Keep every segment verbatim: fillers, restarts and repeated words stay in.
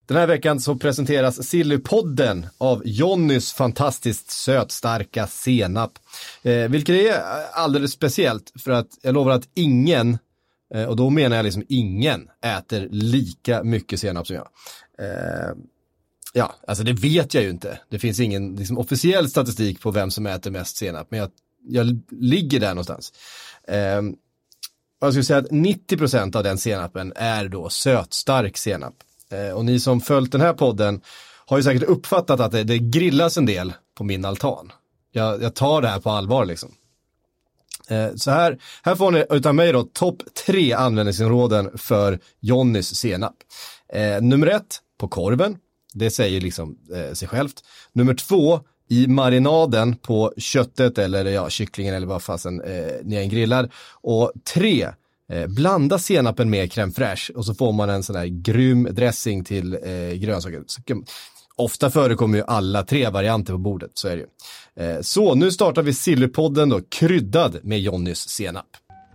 Den här veckan så presenteras Sillypodden av Jonnys fantastiskt sötstarka senap. Eh, vilket är alldeles speciellt för att jag lovar att ingen, eh, och då menar jag liksom ingen, äter lika mycket senap som jag. Eh, ja, alltså det vet jag ju inte. Det finns ingen liksom, officiell statistik på vem som äter mest senap, men jag, jag ligger där någonstans. Eh, jag skulle säga att nittio procent av den senapen är då sötstark senap. Och ni som följt den här podden har ju säkert uppfattat att det, det grillas en del på min altan. Jag, jag tar det här på allvar liksom. Eh, så här, här får ni utan mig då topp tre användningsområden för Jonnys senap. Eh, nummer ett, på korven. Det säger liksom eh, sig självt. Nummer två, i marinaden på köttet eller ja, kycklingen eller vad fasen eh, ni än grillar. Och tre, Eh, blanda senapen med crème fraîche och så får man en sån här grym dressing till eh, grönsaker. Så, ofta förekommer ju alla tre varianter på bordet, så är det ju. Eh, så nu startar vi Sillypodden då, kryddad med Jonnys senap.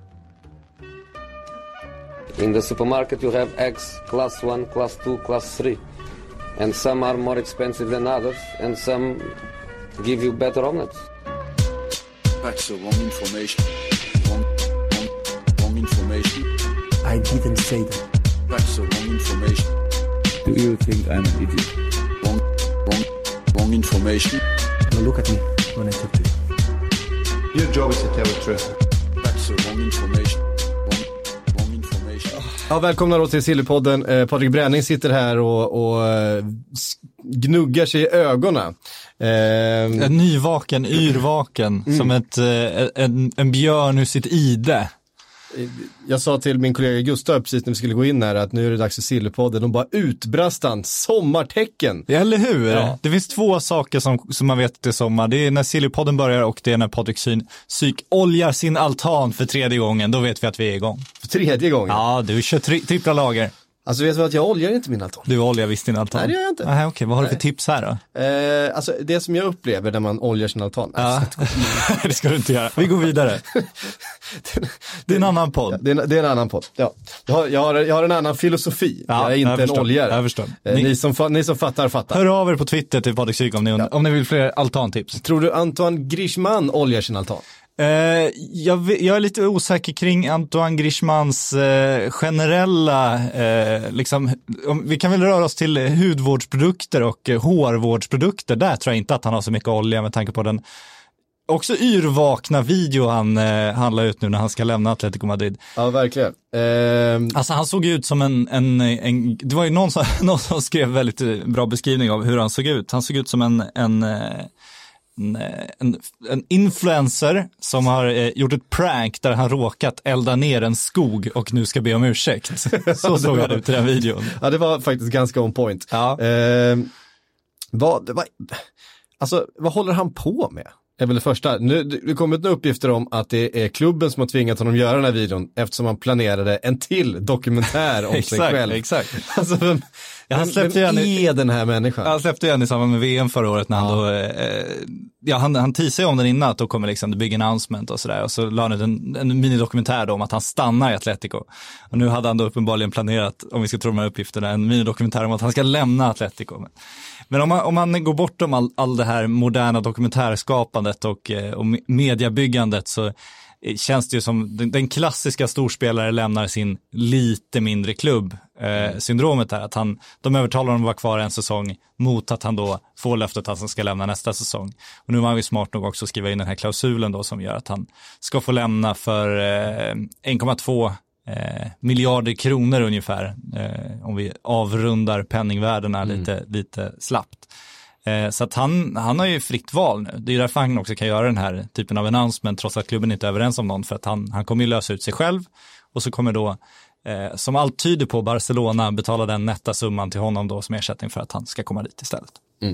In the supermarket you have eggs class one, class two, class three. And some are more expensive than others and some give you better omelets. That's the wrong information. Wrong, wrong, wrong information. I didn't say that. That's the wrong information. Do you think I'm an idiot? Wrong, wrong, wrong information. Now look at me when I talk to you. Your job is to tell the truth. That's the wrong information. Wrong, wrong information. Ja, välkomna då till Sillypodden. Eh, Patrik Bränning sitter här och, och eh, gnuggar sig i ögonen. Eh, en nyvaken, yrvaken, mm. som ett, eh, en, en björn ur sitt ide. Jag sa till min kollega Gustav precis när vi skulle gå in här att nu är det dags för Sillypodden. De bara utbrast han sommartecken. Eller hur? Ja. Det finns två saker som, som man vet att det är sommar. Det är när Sillypodden börjar och det är när Patrik Syk oljar sin altan för tredje gången. Då vet vi att vi är igång. För tredje gången? Ja, du kör tri- trippla lager. Alltså vet du vad, jag oljar inte min altan. Du oljar visst din altan? Nej, det gör jag inte. Nej, okej, vad har Nej. du för tips här då? Eh, alltså det som jag upplever när man oljar sin altan. Ja. Alltså, det ska du inte göra. Vi går vidare. det, det är en annan podd. Ja, det, är, det är en annan podd. Ja. Jag, har, jag, har, jag har en annan filosofi. Ja, jag är inte jag en förstår. oljare. Jag förstår. Eh, Ni, ni, som, ni som fattar, fattar. Hör av er på Twitter till Patrik Syk om ni, ja. om ni vill fler altantips. Tror du Antoine Griezmann oljar sin altan? Uh, jag, jag är lite osäker kring Antoine Griezmanns uh, generella, uh, liksom, om, vi kan väl röra oss till hudvårdsprodukter och uh, hårvårdsprodukter. Där tror jag inte att han har så mycket olja med tanke på den också yrvakna video han uh, handlar ut nu när han ska lämna Atletico Madrid. Ja, verkligen. Uh... Alltså han såg ut som en, en, en det var ju någon som, någon som skrev väldigt bra beskrivning av hur han såg ut. Han såg ut som en, en uh, En, en, en influencer som har eh, gjort ett prank där han råkat elda ner en skog och nu ska be om ursäkt. Så såg han ut i den videon. Ja, det var faktiskt ganska on point. Ja. Eh, vad, vad, alltså, vad håller han på med? Är väl det första. Nu, det kommer ut några uppgifter om att det är klubben som har tvingat honom göra den här videon eftersom han planerade en till dokumentär om sig själv. Exakt, exakt. Alltså, vem, ja, han släppte vem i, är den här människan? Han släppte igen i samband med V M förra året när han ja. då, eh, ja han, han teasade om den innan att då kommer liksom the big announcement och sådär och så la han ut en, en minidokumentär då om att han stannar i Atletico. Och nu hade han då uppenbarligen planerat, om vi ska tro de här uppgifterna, en minidokumentär om att han ska lämna Atletico. Men, men om, man, om man går bortom all, all det här moderna dokumentärskapandet och, och mediabyggandet så känns det ju som den, den klassiska storspelare lämnar sin lite mindre klubb. Eh, syndromet är att han, de övertalar honom att vara kvar en säsong mot att han då får löftet att han ska lämna nästa säsong. Och nu var han ju smart nog också att skriva in den här klausulen då som gör att han ska få lämna för eh, en komma två eh, miljarder kronor ungefär. Eh, om vi avrundar penningvärdena mm. lite, lite slappt. Så att han, han har ju fritt val nu. Det är därför han också kan göra den här typen av announcement trots att klubben inte är överens om någon. För att han, han kommer ju lösa ut sig själv och så kommer då, eh, som allt tyder på, Barcelona betala den nätta summan till honom då som ersättning för att han ska komma dit istället. Mm.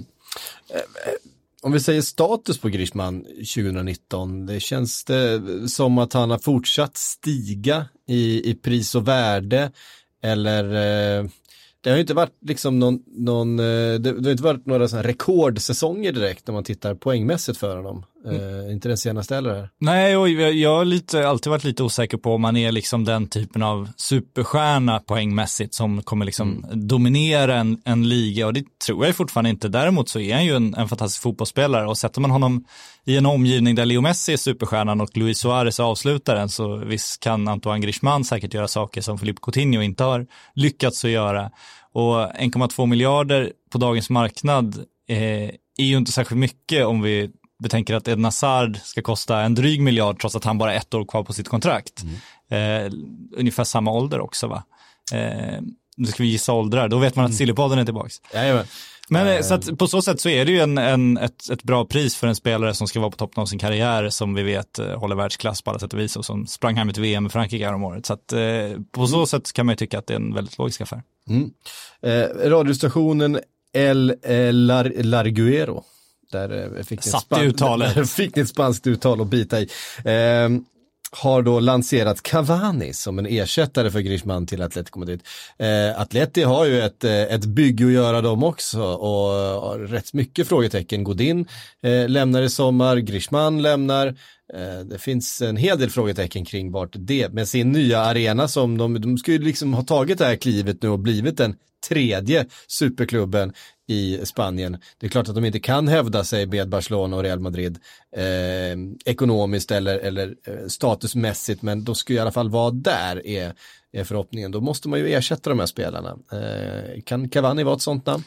Om vi säger status på Griezmann tjugonitton, det känns det som att han har fortsatt stiga i, i pris och värde eller... Eh, Det har ju inte varit liksom någon, någon det, det har inte varit några sådana rekordsäsonger direkt när man tittar poängmässigt för honom. Eh, inte den senaste heller här. Nej, och jag, jag har lite, alltid varit lite osäker på om man är liksom den typen av superstjärna poängmässigt som kommer liksom mm. dominera en, en liga, och det tror jag fortfarande inte. Däremot så är han ju en, en fantastisk fotbollsspelare, och sätter man honom i en omgivning där Leo Messi är superstjärnan och Luis Suarez avslutar den, så visst kan Antoine Griezmann säkert göra saker som Philippe Coutinho inte har lyckats att göra. Och en komma två miljarder på dagens marknad eh, är ju inte särskilt mycket om vi betänker att Eden Hazard ska kosta en dryg miljard trots att han bara är ett år kvar på sitt kontrakt. Mm. Eh, ungefär samma ålder också, va? Eh, nu ska vi gissa åldrar, då vet man att mm. Sillypodden är tillbaka. Jajamän. Men eh, så att på så sätt så är det ju en, en, ett, ett bra pris för en spelare som ska vara på toppen av sin karriär, som vi vet eh, håller världsklass på alla sätt och vis, och som sprang hem ett V M i Frankrike här om året. Så att eh, på så mm. sätt kan man ju tycka att det är en väldigt logisk affär. Mm. Eh, radiostationen El Lar, Larguero, där fick ni, span- där fick ni ett spanskt uttal att bita i. Eh, har då lanserat Cavani som en ersättare för Griezmann till Atletico Madrid. Eh, Atleti har ju ett, ett bygge att göra dem också, och har rätt mycket frågetecken. Godin eh, lämnar i sommar, Griezmann lämnar. Eh, det finns en hel del frågetecken kring vart det, med sin nya arena som de, de skulle liksom ha tagit det här klivet nu och blivit den tredje superklubben i Spanien. Det är klart att de inte kan hävda sig med Barcelona och Real Madrid eh, ekonomiskt eller, eller eh, statusmässigt, men de skulle i alla fall vara där, är, är förhoppningen. Då måste man ju ersätta de här spelarna. Eh, kan Cavani vara ett sånt namn?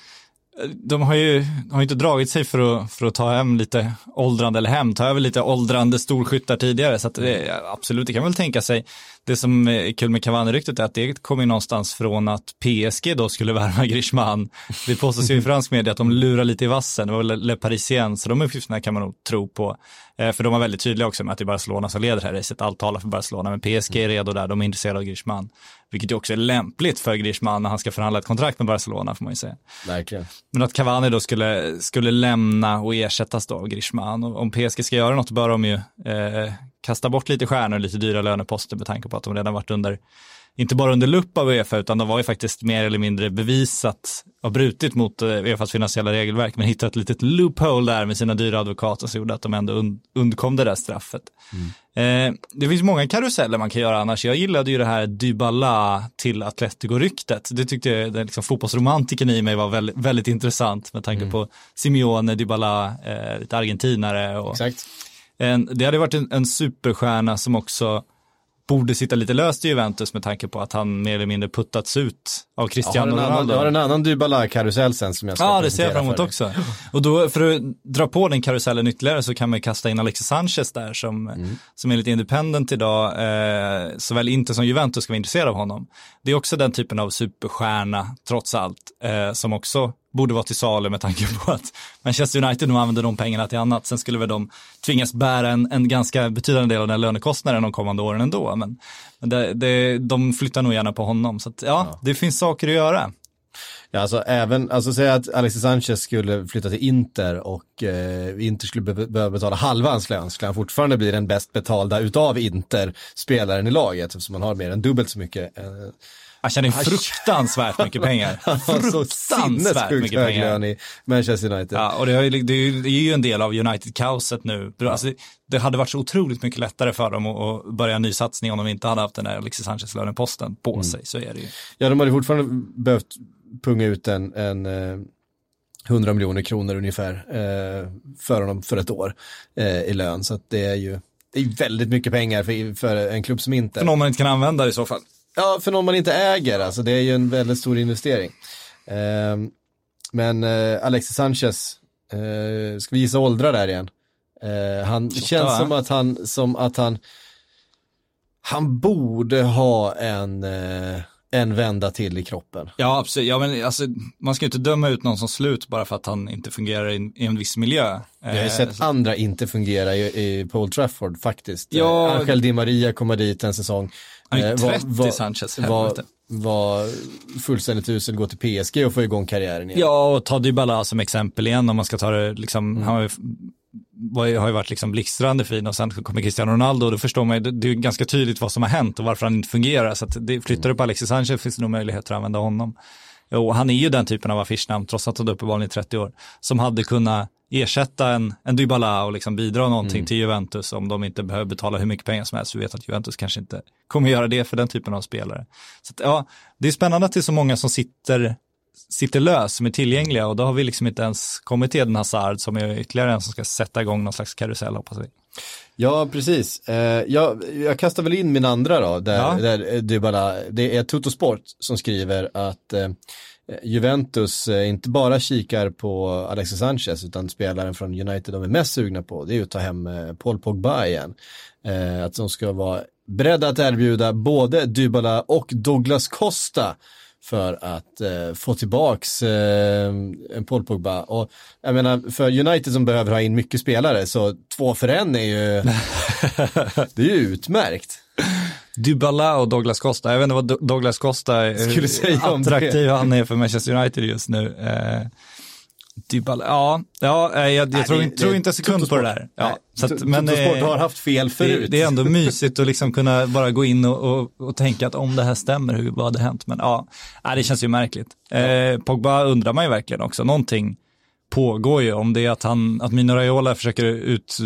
De har ju har inte dragit sig för att, för att ta hem lite åldrande, eller hem, ta över lite åldrande storskyttar tidigare, så att det, absolut, det kan man väl tänka sig. Det som är kul med Cavani-ryktet är att det kommer någonstans från att P S G då skulle värva Griezmann. Det påstås ju i fransk media att de lurar lite i vassen, det var Le Parisien, så de uppgifterna kan man nog tro på. Eh, för de var väldigt tydliga också med att det är Barcelona som leder här racet, allt talar för Barcelona, men P S G är redo där, de är intresserade av Griezmann. Vilket ju också är lämpligt för Griezmann när han ska förhandla ett kontrakt med Barcelona, får man ju säga. Verkligen. Men att Cavani då skulle, skulle lämna och ersättas då av Griezmann. Och om P S G ska göra något bör de ju eh, kasta bort lite stjärnor, lite dyra löneposter, med tanke på att de redan varit under, inte bara under lupp av UEFA, utan de var ju faktiskt mer eller mindre bevisat och brutit mot UEFAs finansiella regelverk, men hittat ett litet loophole där med sina dyra advokater som gjorde att de ändå und- undkom det där straffet. Mm. Eh, det finns många karuseller man kan göra annars. Jag gillade ju det här Dybala till Atletico-ryktet. Det tyckte jag, den liksom fotbollsromantiken i mig var väldigt, väldigt intressant med tanke mm. på Simeone, Dybala, eh, lite argentinare. Och exakt. En, det hade varit en, en superstjärna som också borde sitta lite löst i Juventus med tanke på att han mer eller mindre puttats ut av Cristiano Ronaldo. Ronaldo. Jag har en annan Dybala-karusell sen som jag ska Ja, det ser jag fram emot också. Och då, för att dra på den karusellen ytterligare, så kan man kasta in Alexis Sanchez där som, mm. som är lite independent idag. Eh, såväl inte som Juventus ska vara intresserad av honom. Det är också den typen av superstjärna, trots allt, eh, som också borde vara till salu med tanke på att Manchester United nu använder de pengarna till annat. Sen skulle väl de tvingas bära en, en ganska betydande del av den lönekostnaden de kommande åren ändå. Men, men det, det, de flyttar nog gärna på honom. Så att, ja, ja, det finns saker att göra. Ja, alltså även, alltså säga att Alexis Sanchez skulle flytta till Inter och eh, Inter skulle be- behöva betala halva hans lön, skulle han fortfarande bli den bäst betalda utav Inter-spelaren i laget, eftersom man har mer än dubbelt så mycket. Eh, Han tjänar fruktansvärt mycket pengar. Fruktansvärt mycket pengar i Manchester United. Ja, och det är, ju, det är ju en del av United-kaoset nu. Ja. Alltså, det hade varit så otroligt mycket lättare för dem att, att börja en ny satsning om de inte hade haft den där Alexis Sanchez-löneposten på mm. sig. Så är det ju. Ja, de hade fortfarande behövt punga ut en, en eh, hundra miljoner kronor ungefär eh, för honom för ett år eh, i lön. Så att det är ju det är väldigt mycket pengar för, för en klubb som inte... För någon man inte kan använda i så fall. Ja, för någon man inte äger, alltså det är ju en väldigt stor investering. Eh, men eh, Alexis Sanchez, eh, ska vi gissa åldrar där igen? Eh, han det känns va? som att han, som att han, han borde ha en, eh, en vända till i kroppen. Ja, absolut. Ja, men alltså, man ska ju inte döma ut någon som slut bara för att han inte fungerar i, i en viss miljö. Vi har ju sett så... andra inte fungera i, i på Old Trafford faktiskt. Ja, eh, Angel Di Maria kommer dit en säsong. Han är trettio, var, Sanchez. Var, var fullständigt usel, gå till P S G och få igång karriären igen. Ja, och ta Dybala som exempel igen om man ska ta det liksom, mm. han har ju, var, har ju varit liksom blixtrande fin och sen kommer Cristiano Ronaldo och då förstår man ju, det, det är ganska tydligt vad som har hänt och varför han inte fungerar, så att det flyttar upp Alexis Sanchez finns det nog möjlighet att använda honom. och han är ju den typen av affischnamn, trots att han är uppenbarligen i trettio år, som hade kunnat ersätta en, en Dybala och liksom bidra någonting mm. till Juventus om de inte behöver betala hur mycket pengar som helst. Vi vet att Juventus kanske inte kommer göra det för den typen av spelare. Så att, ja, det är spännande att det är så många som sitter, sitter lös, som är tillgängliga, och då har vi liksom inte ens kommit till den Hazard som är ytterligare en som ska sätta igång någon slags karusell, hoppas vi. Ja, precis. Eh, jag, jag kastar väl in min andra då, där, ja. där Dybala, det är Tuttosport som skriver att eh, Juventus eh, inte bara kikar på Alexis Sanchez, utan spelaren från United de är mest sugna på, det är att ta hem eh, Paul Pogba igen. Eh, att de ska vara beredda att erbjuda både Dybala och Douglas Costa för att eh, få tillbaks eh, en Paul Pogba. Och jag menar, för United som behöver ha in mycket spelare, så två för en är ju det är ju utmärkt. Dybala och Douglas Costa, jag vet inte vad Douglas Costa skulle säga om attraktiv han är för Manchester United just nu. Eh, Dybala, ja, ja jag, jag Nej, tror, det, tror det, inte en sekund på det där. Ja, så att, men Tuttosport har haft fel förut. Det, det är ändå mysigt att liksom kunna bara gå in och, och, och tänka att om det här stämmer, hur, vad hade hänt? Men ja, det känns ju märkligt. Eh, Pogba undrar man ju verkligen också. Någonting pågår ju, om det är att, han, att Mino Raiola försöker ut,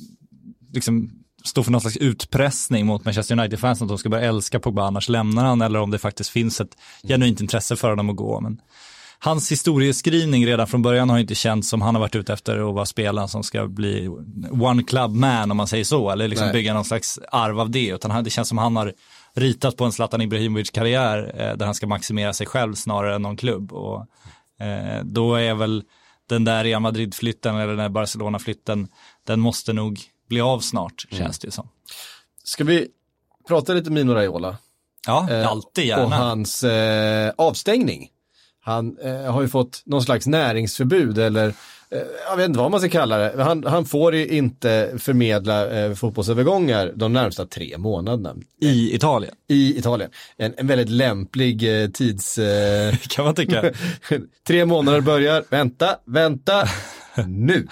liksom stå för någon slags utpressning mot Manchester United-fans att de ska börja älska Pogba, annars lämnar han, eller om det faktiskt finns ett genuint intresse för honom att gå. Men hans historieskrivning redan från början har inte känts som han har varit ute efter att vara spelaren som ska bli one club man, om man säger så, eller liksom bygga någon slags arv av det, utan det känns som han har ritat på en Zlatan Ibrahimovic-karriär eh, där han ska maximera sig själv snarare än någon klubb, och eh, då är väl den där Real Madrid-flytten eller den där Barcelona-flytten, den måste nog bli av snart, känns mm. det som. Ska vi prata lite Mino Raiola? Ja, eh, alltid gärna. Och hans eh, avstängning. Han eh, har ju fått någon slags näringsförbud, eller eh, jag vet inte vad man ska kalla det. Han, han får ju inte förmedla eh, fotbollsövergångar de närmsta tre månaderna. I Italien? I Italien. En, en väldigt lämplig eh, tids... Eh, kan man tycka. tre månader börjar, vänta, vänta, nu.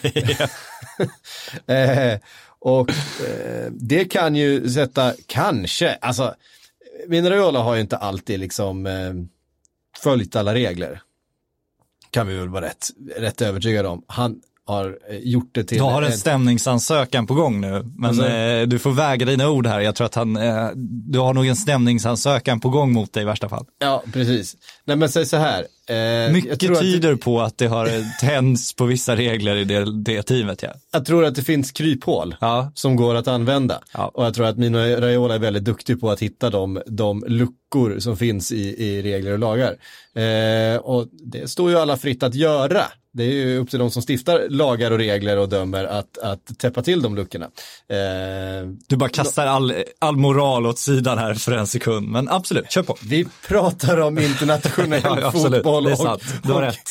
eh, och eh, det kan ju sätta, kanske, alltså Mino Raiola har ju inte alltid liksom... Eh, följt alla regler. Kan vi väl vara rätt, rätt övertygade om. Han har gjort det till... Du har en stämningsansökan på gång nu, men alltså, eh, du får väga dina ord här. Jag tror att han, eh, du har nog en stämningsansökan på gång mot dig i värsta fall. Ja, precis. Nej, men säg så här. Eh, Mycket tyder det, på att det har tänds på vissa regler i det, det teamet. Ja. Jag tror att det finns kryphål ja. som går att använda. Ja. Och jag tror att Mino Raiola är väldigt duktig på att hitta de, de luckor som finns i, i regler och lagar. Eh, och det står ju alla fritt att göra. Det är ju upp till de som stiftar lagar och regler och dömer att, att täppa till de luckorna. Eh, du bara kastar all, all moral åt sidan här för en sekund, men absolut, kör på. Vi pratar om internationell ja, fotboll det är sant. och, du har rätt.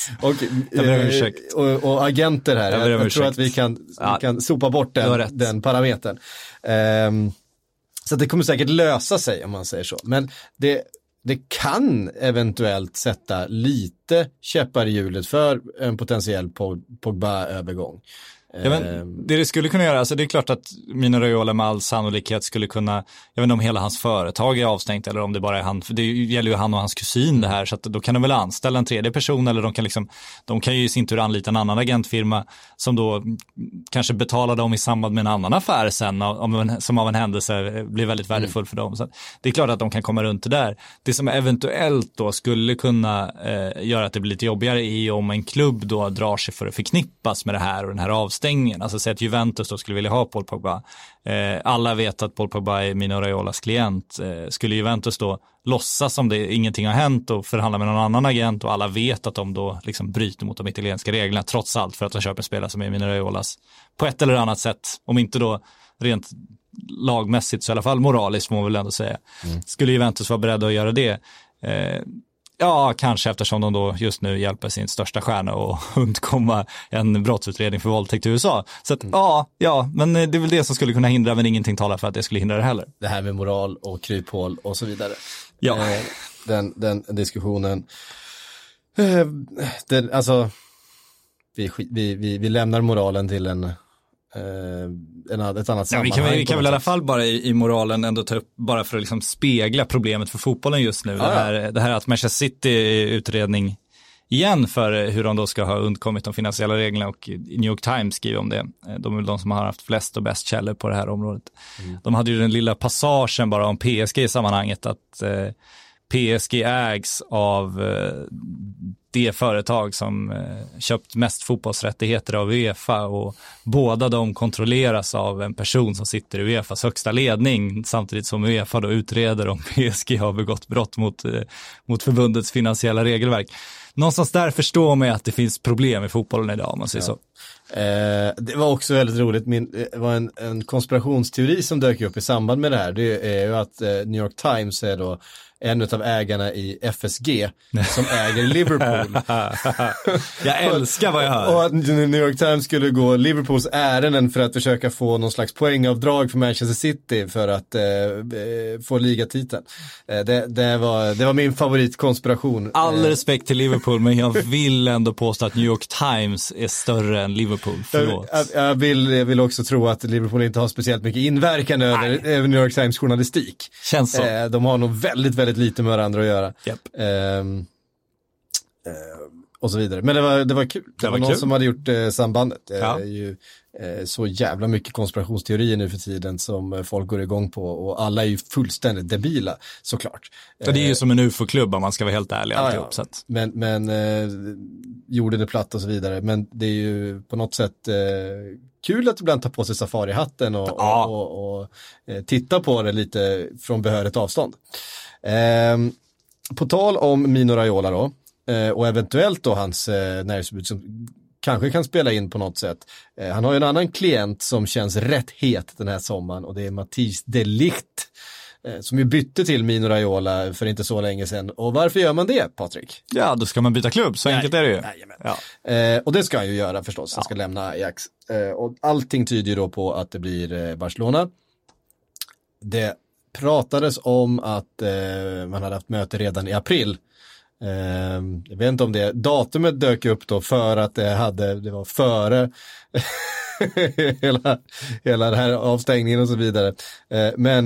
Och, och, och, och agenter här. Jag, jag, jag tror att vi kan, ja. vi kan sopa bort den, den parametern. Eh, så det kommer säkert lösa sig om man säger så. Men det... Det kan eventuellt sätta lite käppar i hjulet för en potentiell Pogba-övergång. Ja, men det det skulle kunna göra, alltså det är klart att Mino Raiola med all sannolikhet skulle kunna, jag vet inte om hela hans företag är avstängt eller om det bara är han, för det gäller ju han och hans kusin det här, så att då kan de väl anställa en tredje person, eller de kan liksom, de kan ju i sin tur anlita en annan agentfirma som då kanske betalar dem i samband med en annan affär sen, om, som av en händelse blir väldigt värdefull mm. för dem. Så det är klart att de kan komma runt det där. Det som eventuellt då skulle kunna eh, göra att det blir lite jobbigare är om en klubb då drar sig för att förknippas med det här och den här avstängningen. Alltså säg att Juventus då skulle vilja ha Paul Pogba. Eh, alla vet att Paul Pogba är Mino Raiolas klient. Eh, skulle Juventus då låtsas som det ingenting har hänt och förhandla med någon annan agent, och alla vet att de då liksom bryter mot de italienska reglerna trots allt för att de köper spelare som är Mino Raiolas på ett eller annat sätt, om inte då rent lagmässigt så i alla fall moraliskt får man väl ändå säga. Mm. Skulle Juventus vara beredda att göra det? Eh, Ja, kanske, eftersom de då just nu hjälper sin största stjärna att undkomma en brottsutredning för våldtäkt i U S A. Så att, mm. ja, ja, men det är väl det som skulle kunna hindra, men ingenting talar för att det skulle hindra det heller. Det här med moral och kryphål och så vidare. Ja. Eh, den, den diskussionen. Eh, den, alltså, vi, vi, vi, vi lämnar moralen till en, eh, en, ett annat ja, sammanhang. Vi kan, vi kan väl i alla fall bara i, i moralen ändå ta upp, bara för att liksom spegla problemet för fotbollen just nu. Ah, det, här, ja. det här att Manchester City utredning igen för hur de då ska ha undkommit de finansiella reglerna, och New York Times skriver om det. De är de som har haft flest och bäst källor på det här området. Mm. De hade ju den lilla passagen bara om P S G i sammanhanget, att eh, P S G ägs av eh, det företag som eh, köpt mest fotbollsrättigheter av UEFA, och båda de kontrolleras av en person som sitter i UEFAs högsta ledning, samtidigt som UEFA då utreder om P S G har begått brott mot, eh, mot förbundets finansiella regelverk. Någonstans där förstår man att det finns problem i fotbollen idag, om man säger ja. så. Eh, det var också väldigt roligt, Min, det var en, en konspirationsteori som dök upp i samband med det här. Det är ju att eh, New York Times är då en av ägarna i F S G som äger Liverpool. Jag älskar vad jag hör. Och att New York Times skulle gå Liverpools ärenden för att försöka få någon slags poängavdrag för Manchester City för att eh, få ligatiteln. Eh, det, det, var, det var min favoritkonspiration. All respekt till Liverpool, men jag vill ändå påstå att New York Times är större än Liverpool. Förlåt. Jag, jag, vill, jag vill också tro att Liverpool inte har speciellt mycket inverkan över, över New York Times journalistik. Känns så. Eh, de har nog väldigt, väldigt lite med varandra att göra. Yep. Ehm, eh, och så vidare. Men det var, det var kul. Det, det var, var någon kul. som hade gjort eh, sambandet. Det ja. är ju eh, så jävla mycket konspirationsteorier nu för tiden som folk går igång på, och alla är ju fullständigt debila, såklart. Ja, det är ju som en U F O-klubb om man ska vara helt ärlig. Ja, ja. Så att... Men, men eh, gjorde det platt och så vidare. Men det är ju på något sätt eh, kul att ibland ta på sig safarihatten och, ja. och, och, och eh, titta på det lite från behörigt avstånd. Eh, på tal om Mino Raiola då, eh, och eventuellt då hans eh, näringsförbud som kanske kan spela in på något sätt. Eh, han har ju en annan klient som känns rätt het den här sommaren, och det är Matthijs de Ligt eh, som ju bytte till Mino Raiola för inte så länge sedan. Och varför gör man det, Patrik? Ja, då ska man byta klubb, så nej, enkelt är det ju. Ja. Eh, och det ska han ju göra förstås, han ja. ska lämna Ajax. Eh, och allting tyder ju då på att det blir eh, Barcelona. Det pratades om att eh, man hade haft möte redan i april. Eh, jag vet inte om det datumet dök upp då för att det hade, det var före hela, hela den här avstängningen och så vidare. Eh, men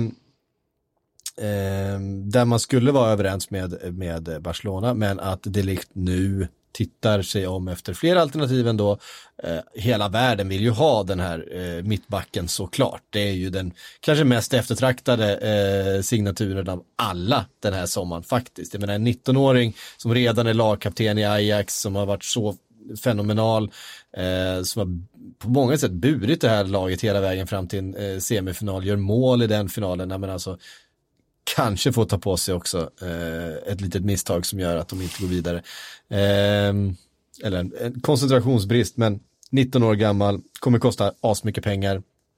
eh, där man skulle vara överens med, med Barcelona, men att De Ligt nu tittar sig om efter fler alternativ ändå. Eh, hela världen vill ju ha den här eh, mittbacken, såklart. Det är ju den kanske mest eftertraktade eh, signaturen av alla den här sommaren faktiskt. Jag menar, en nittonåring som redan är lagkapten i Ajax, som har varit så fenomenal, eh, som har på många sätt burit det här laget hela vägen fram till en eh, semifinal, gör mål i den finalen. Men alltså kanske får ta på sig också eh, ett litet misstag som gör att de inte går vidare. Eh, eller en, en koncentrationsbrist, men nitton år gammal, kommer kosta asmycket pengar.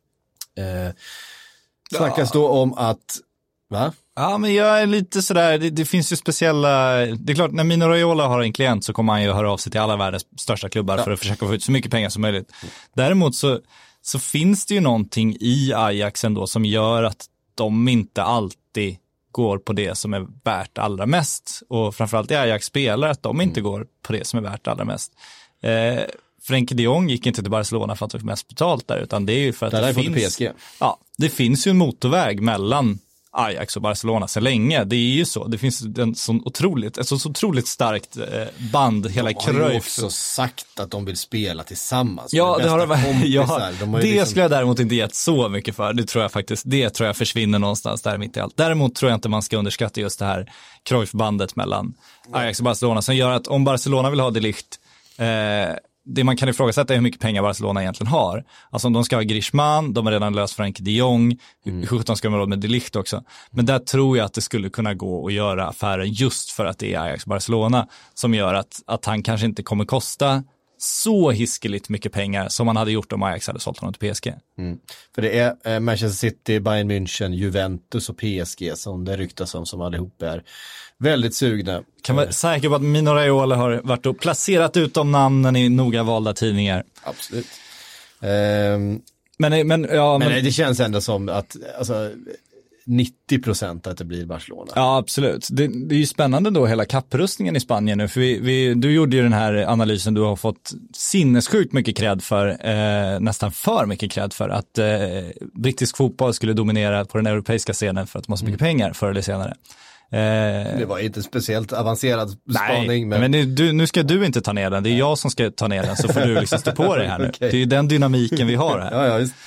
Eh, snackas ja. då om att, va? Ja, men jag är lite sådär, det, det finns ju speciella, det är klart, när Mino Raiola har en klient så kommer han ju höra av sig till alla världens största klubbar ja. för att försöka få ut så mycket pengar som möjligt. Mm. Däremot så, så finns det ju någonting i Ajax ändå som gör att de inte alltid går på det som är värt allra mest. Och framförallt i Ajax spelar att de inte mm. går på det som är värt allra mest. Eh, Frenkie de Jong gick inte till Barcelona för att få mest betalt där, utan det är ju för att det, det finns, P S G. Ja, det finns ju en motorväg mellan Ajax och Barcelona så länge. Det är ju så. Det finns en sån otroligt, ett så otroligt starkt band, hela Cruyff. De har ju också sagt att de vill spela tillsammans. Ja, det har de, ja, de har det liksom... skulle jag däremot inte gett så mycket för. Det tror jag faktiskt, det tror jag försvinner någonstans där mitt i allt. Däremot tror jag inte man ska underskatta just det här Cruyff-bandet mellan Ajax och Barcelona, som gör att om Barcelona vill ha De Ligt, eh, det man kan ifrågasätta är hur mycket pengar Barcelona egentligen har. Alltså om de ska ha Griezmann, de har redan löst Frenkie de Jong, mm. hur sjutton ska de ha råd med De Ligt också. Men där tror jag att det skulle kunna gå att göra affären just för att det är Ajax Barcelona som gör att, att han kanske inte kommer kosta så hiskeligt mycket pengar som man hade gjort om Ajax hade sålt honom till P S G. Mm. För det är eh, Manchester City, Bayern München, Juventus och P S G som det ryktas om, som allihop är väldigt sugna. Kan vara säker på att Mino Raiola har varit och placerat ut de namnen i noga valda tidningar. Absolut. Um, men, men, ja, men, men det känns ändå som att alltså, nittio procent att det blir Barcelona. Ja, absolut. Det, det är ju spännande då hela kapprustningen i Spanien nu. För vi, vi, du gjorde ju den här analysen du har fått sinnessjukt mycket cred för, eh, nästan för mycket cred för att eh, brittisk fotboll skulle dominera på den europeiska scenen för att de har så mycket mm. pengar förr eller senare. Eh, det var inte speciellt avancerad spaning. Nej, men, men nu, du, nu ska du inte ta ner den. Det är jag som ska ta ner den, så får du liksom stå på dig här nu. Okay. Det är ju den dynamiken vi har här. ja, ja, just.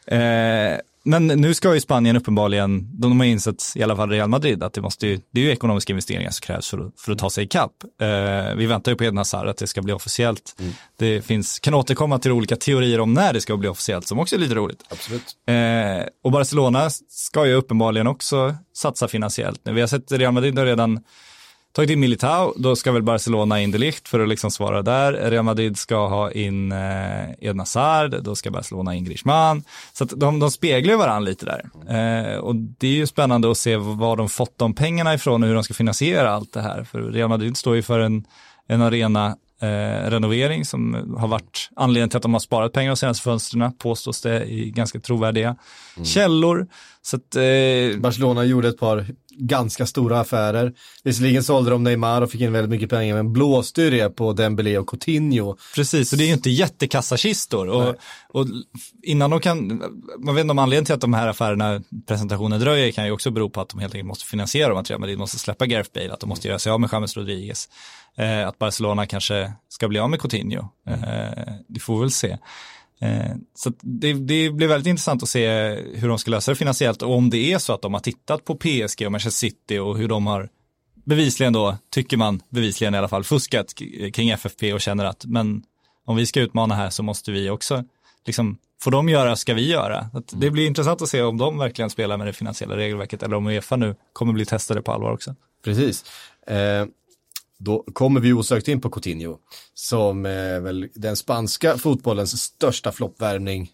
Eh, men nu ska ju Spanien uppenbarligen, de har insett, i alla fall Real Madrid, att det måste ju, det är ju ekonomiska investeringar som krävs för, för att ta sig i kapp. Eh, vi väntar ju på Eden Hazard att det ska bli officiellt. Mm. Det finns, kan återkomma till olika teorier om när det ska bli officiellt, som också är lite roligt. Absolut. Eh, och Barcelona ska ju uppenbarligen också satsa finansiellt. Vi har sett Real Madrid har redan tagit in Militao, då ska väl Barcelona in de Ligt för att liksom svara där. Real Madrid ska ha in eh, Eden Hazard, då ska Barcelona in Griezmann. Så att de, de speglar ju varandra lite där. Eh, och det är ju spännande att se var de fått de pengarna ifrån och hur de ska finansiera allt det här. För Real Madrid står ju för en, en arena eh, renovering som har varit anledningen till att de har sparat pengar de senaste fönsterna, påstås det i ganska trovärdiga mm. källor. Så att, eh, Barcelona gjorde ett par ganska stora affärer. Visserligen sålde de Neymar och fick in väldigt mycket pengar, men blåste ju det på Dembélé och Coutinho. Precis, och det är ju inte jättekassakistor. Och, och innan de kan, man vet inte om anledningen till att de här affärerna, presentationen dröjer, kan ju också bero på att de helt enkelt måste finansiera dem, att Real Madrid måste släppa Gareth Bale, att de måste göra sig av med James Rodriguez. Eh, att Barcelona kanske ska bli av med Coutinho. Eh, det får vi väl se. Eh, så det, det blir väldigt intressant att se hur de ska lösa det finansiellt, och om det är så att de har tittat på P S G och Manchester City och hur de har bevisligen då, tycker man bevisligen i alla fall, fuskat kring F F P och känner att men om vi ska utmana här så måste vi också liksom, får de göra ska vi göra. Att det blir intressant att se om de verkligen spelar med det finansiella regelverket eller om UEFA nu kommer bli testade på allvar också. Precis. Eh... Då kommer vi osökt in på Coutinho, som är väl den spanska fotbollens största floppvärvning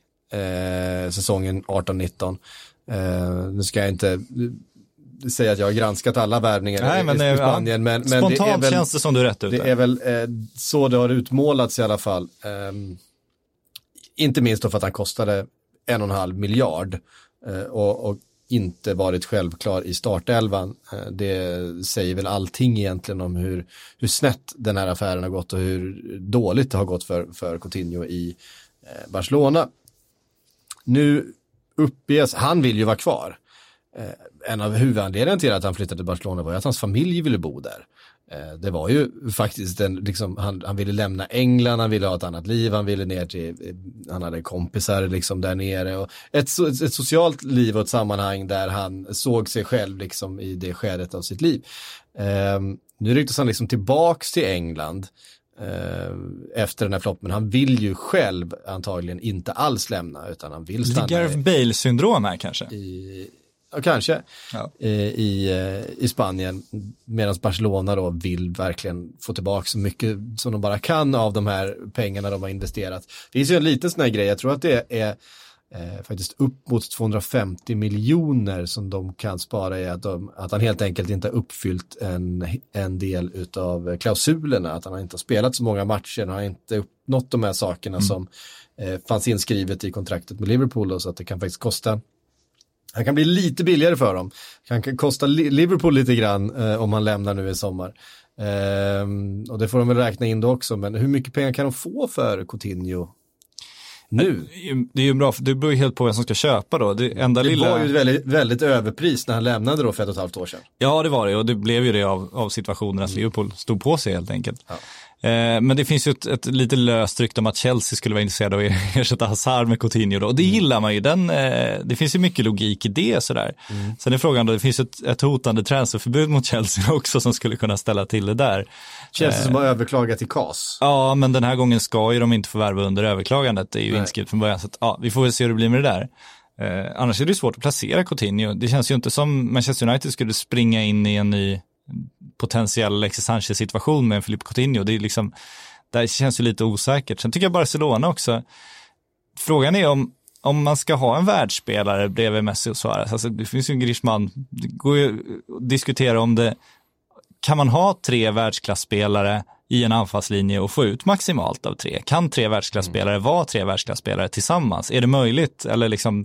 eh, säsongen arton nitton. Eh, nu ska jag inte säga att jag har granskat alla värvningar Nej, i, men, i Spanien. Ja, men, men spontant det är väl, känns det som du är rätt ute. Det är väl eh, så det har utmålats i alla fall. Eh, inte minst då för att han kostade en och en halv miljard eh, och, och inte varit självklar i startelvan. Det säger väl allting egentligen om hur, hur snett den här affären har gått och hur dåligt det har gått för, för Coutinho i Barcelona. Nu uppges, han vill ju vara kvar. En av huvudanledningarna till att han flyttade till Barcelona var att hans familj ville bo där. Det var ju faktiskt en, liksom, han, han ville lämna England, han ville ha ett annat liv, han ville ner till, han hade kompisar liksom där nere och ett, ett socialt liv och ett sammanhang där han såg sig själv liksom i det skedet av sitt liv. Um, nu ryktas han liksom tillbaks till England uh, efter den här floppen, men han vill ju själv antagligen inte alls lämna, utan han vill stanna. Det är Gareth Bale-syndrom här kanske? I, Ja, kanske ja. I, i, i Spanien, medan Barcelona då vill verkligen få tillbaka så mycket som de bara kan av de här pengarna de har investerat. Det finns ju en liten sån här grej, jag tror att det är eh, faktiskt upp mot tvåhundrafemtio miljoner som de kan spara i att, de, att han helt enkelt inte har uppfyllt en, en del utav klausulerna, att han inte har spelat så många matcher och har inte uppnått de här sakerna mm. som eh, fanns inskrivet i kontraktet med Liverpool då, så att det kan faktiskt kosta. Han kan bli lite billigare för dem. Han kan kosta Liverpool lite grann eh, om han lämnar nu i sommar. Eh, och det får de väl räkna in då också. Men hur mycket pengar kan de få för Coutinho nu? Det är ju bra, för det beror helt på vem som ska köpa då. Det, enda det lilla... var ju ett väldigt, väldigt överpris när han lämnade då för ett och ett halvt år sedan. Ja, det var det. Och det blev ju det av, av situationen att mm. Liverpool stod på sig helt enkelt. Ja. Men det finns ju ett, ett lite löst rykte om att Chelsea skulle vara intresserade av att ersätta Hazard med Coutinho då. Och det mm. gillar man ju. Den, det finns ju mycket logik i det sådär. Mm. Sen är frågan då, det finns ett, ett hotande transferförbud mot Chelsea också som skulle kunna ställa till det där. Chelsea eh, som har överklagat till C A S. Ja, men den här gången ska ju de inte få värva under överklagandet. Det är ju Nej. inskrivet från början. Så att, ja, vi får väl se hur det blir med det där. Eh, annars är det svårt att placera Coutinho. Det känns ju inte som Manchester United skulle springa in i en ny potentiell Alexis Sanchez-situation med en Philippe Coutinho. Det är liksom, det känns ju lite osäkert. Sen tycker jag Barcelona också. Frågan är om, om man ska ha en världsspelare bredvid Messi och Suarez. Alltså, det finns ju en Griezmann. Det går ju att diskutera om det. Kan man ha tre världsklasspelare i en anfallslinje och få ut maximalt av tre? Kan tre världsklasspelare mm. vara tre världsklasspelare tillsammans? Är det möjligt? Eller liksom,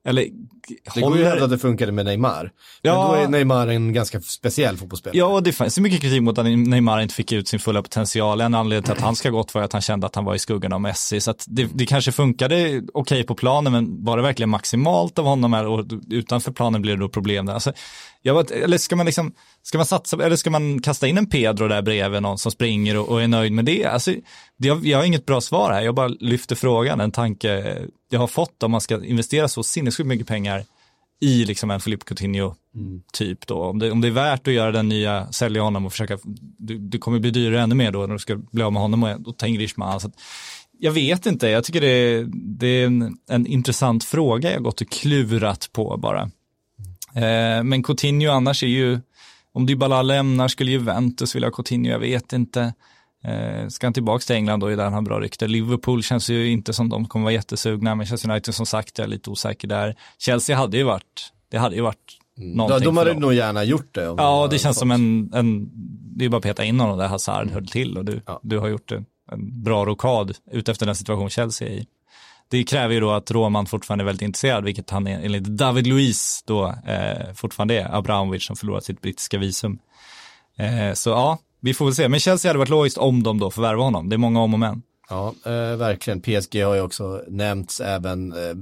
eller det går ju att det funkade med Neymar. Ja. Men då är Neymar en ganska speciell fotbollsspelare. Ja, och det fanns så mycket kritik mot att Neymar inte fick ut sin fulla potential. En anledning till att han ska gått var att han kände att han var i skuggan av Messi. Så att det, det kanske funkade okej okay på planen, men var det verkligen maximalt av honom här, och utanför planen blir det då problem där. Alltså, jag vet, eller ska man liksom, ska man satsa, eller ska man kasta in en Pedro där bredvid någon som springer och, och är nöjd med det? Alltså, det jag, jag har inget bra svar här. Jag bara lyfter frågan, en tanke jag har fått om man ska investera så sinnessjukt mycket pengar i liksom en Philippe Coutinho mm. typ då. Om det, om det är värt att göra den nya, sälja honom och försöka, det, det kommer bli dyrare ännu mer då när du ska bli av med honom och, och ta in Griezmann. Så att, jag vet inte, jag tycker det, det är en, en intressant fråga jag har gått och klurat på bara. Mm. Eh, men Coutinho annars är ju, om Dybala lämnar skulle Juventus vilja ha Coutinho, jag vet inte. Eh, ska han tillbaka till England då är där han har bra rykte. Liverpool känns ju inte som de kommer vara jättesugna. Manchester United som sagt jag är lite osäker där. Chelsea hade ju varit, det hade ju varit mm. någonting. De hade nog gärna gjort det. Om ja, de det känns fått. som en, en, det är bara att peta in honom där Hazard mm. höll till och du, ja. du har gjort en, en bra rokad ut efter den situation Chelsea är i. Det kräver ju då att Roman fortfarande är väldigt intresserad, vilket han är enligt David Luiz då eh, fortfarande är. Abramovich som förlorat sitt brittiska visum. Eh, så ja, vi får väl se. Men Chelsea hade varit logiskt om de då förvärvar honom. Det är många om och men. Ja, eh, verkligen. P S G har ju också nämnts, även eh,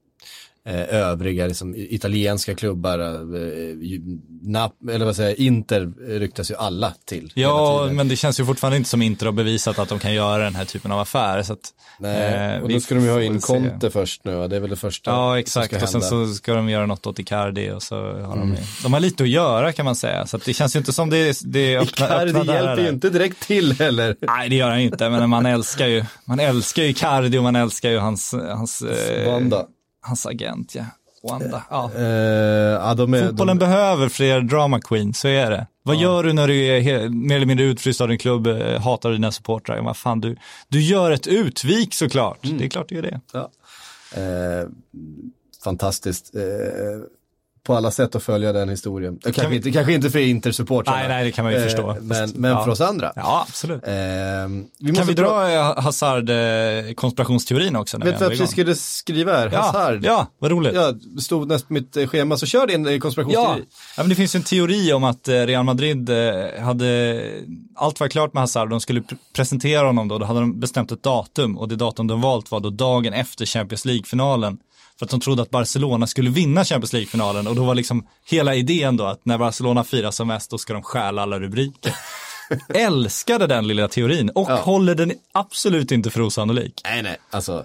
övriga liksom, italienska klubbar. Eh, Nap, eller vad säger Inter ryktas ju alla till. Ja, men det känns ju fortfarande inte som Inter har bevisat att de kan göra den här typen av affär. Så att, nej, och då ska de ju ha in Conte först nu. Det är väl det första. Ja, exakt. Och sen så ska de göra något åt Icardi och så har mm. de de har lite att göra kan man säga. Så att det känns ju inte som det det öppna, Icardi öppna hjälper ju inte direkt till heller. Nej, det gör han inte, men man älskar ju man älskar ju Icardi och man älskar ju hans hans Wanda. Hans agent, ja. Wanda. Ja. Uh, ja, de är, Fotbollen de... behöver fler drama queen, så är det. Vad ja. gör du när du är he- mer eller mindre utfryst av din klubb, hatar dina supportrar? Vad fan, du, du gör ett utvik såklart. Mm. Det är klart du gör det. Ja. Uh, fantastiskt. Uh, på alla sätt att följa den historien. Kanske, vi... inte, kanske inte för Inter-supportrarna. Nej, nej, det kan man ju uh, förstå. Men, men ja. för oss andra. Ja, absolut. Uh, vi kan vi dra pra- Hazard-konspirationsteorin också? Vet du vad jag skulle skriva här? Ja, Hazard. Ja, vad roligt. Ja, stod näst på mitt schema, så kör din konspirationsteori. Ja. ja, men det finns en teori om att Real Madrid hade, allt var klart med Hazard, de skulle pr- presentera honom då, då hade de bestämt ett datum, och det datum de valt var då dagen efter Champions League-finalen. För att de trodde att Barcelona skulle vinna Champions League-finalen, och då var liksom hela idén då att när Barcelona firar som mest, då ska de stjäla alla rubriker. Älskade den lilla teorin och ja. håller den absolut inte för osannolik. Nej, nej, alltså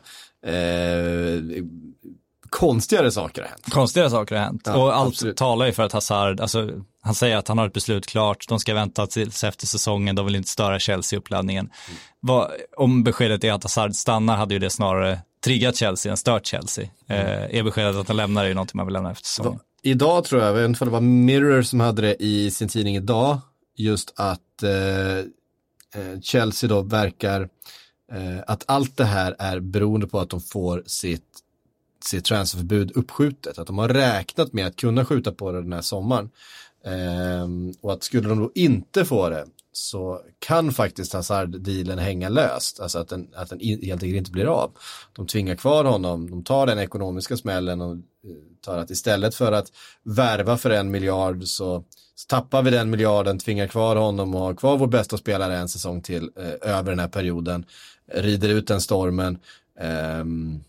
eh, konstigare saker har hänt. Konstigare saker har hänt. Ja, och allt absolut. talar ju för att Hazard, alltså han säger att han har ett beslut klart, de ska vänta tills efter säsongen, de vill inte störa Chelsea-uppladdningen. Mm. Vad, om beskedet är att Hazard stannar, hade ju det snarare triggat Chelsea än stört Chelsea. Mm. Eh, är beskedet att han lämnar är ju någonting man vill lämna efter säsongen. Idag tror jag, jag vet inte om det var Mirror som hade det i sin tidning idag, just att eh, Chelsea då verkar eh, att allt det här är beroende på att de får sitt, sitt transferförbud uppskjutet. Att de har räknat med att kunna skjuta på det den här sommaren. Eh, och att skulle de då inte få det, så kan faktiskt Hazard-dealen hänga löst. Alltså att den, att den helt enkelt inte blir av. De tvingar kvar honom, de tar den ekonomiska smällen och tar att istället för att värva för en miljard så, så tappar vi den miljarden, tvingar kvar honom och har kvar vår bästa spelare en säsong till eh, över den här perioden. Rider ut den stormen. Eh,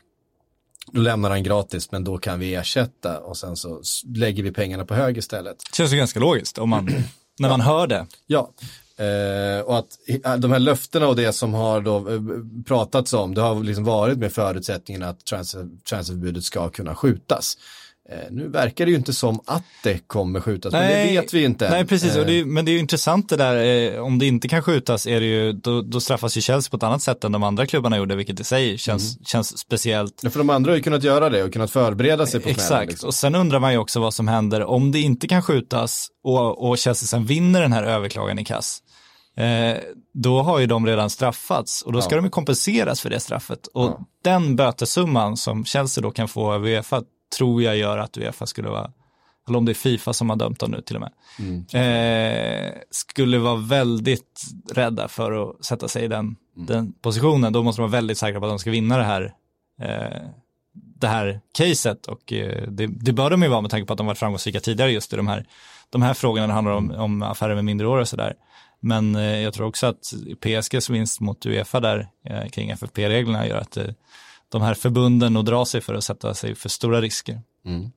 då lämnar han gratis, men då kan vi ersätta och sen så lägger vi pengarna på hög istället. Det känns ju ganska logiskt om man, när man hör det. Ja. Uh, och att de här löftena och det som har då uh, pratats om, det har liksom varit med förutsättningen att transfer, transferförbudet ska kunna skjutas. Uh, nu verkar det ju inte som att det kommer skjutas, nej, men det vet vi inte. Nej, precis, uh, och det är, men det är ju intressant det där, eh, om det inte kan skjutas är det ju, då, då straffas ju Chelsea på ett annat sätt än de andra klubbarna gjorde, vilket i sig känns, mm. känns speciellt. Ja, för de andra har ju kunnat göra det och kunnat förbereda sig på exakt, knäna, liksom. Och sen undrar man ju också vad som händer om det inte kan skjutas och, och Chelsea sen vinner den här överklagan i kass. Eh, då har ju de redan straffats och då ska ja. de ju kompenseras för det straffet. Och ja. den bötesumman som Chelsea då kan få av UEFA tror jag gör att UEFA skulle vara, eller om det är FIFA som har dömt dem nu till och med, mm. eh, skulle vara väldigt rädda för att sätta sig i den, mm. den positionen. Då måste de vara väldigt säkra på att de ska vinna det här, eh, det här caset och eh, det, det bör de ju vara med tanke på att de varit framgångsrika tidigare just i de här, de här frågorna. Det handlar om, om affärer med mindreåriga och sådär. Men eh, jag tror också att P S G:s vinst mot UEFA där eh, kring F F P-reglerna gör att eh, de här förbunden nog drar sig för att sätta sig för stora risker. Mm.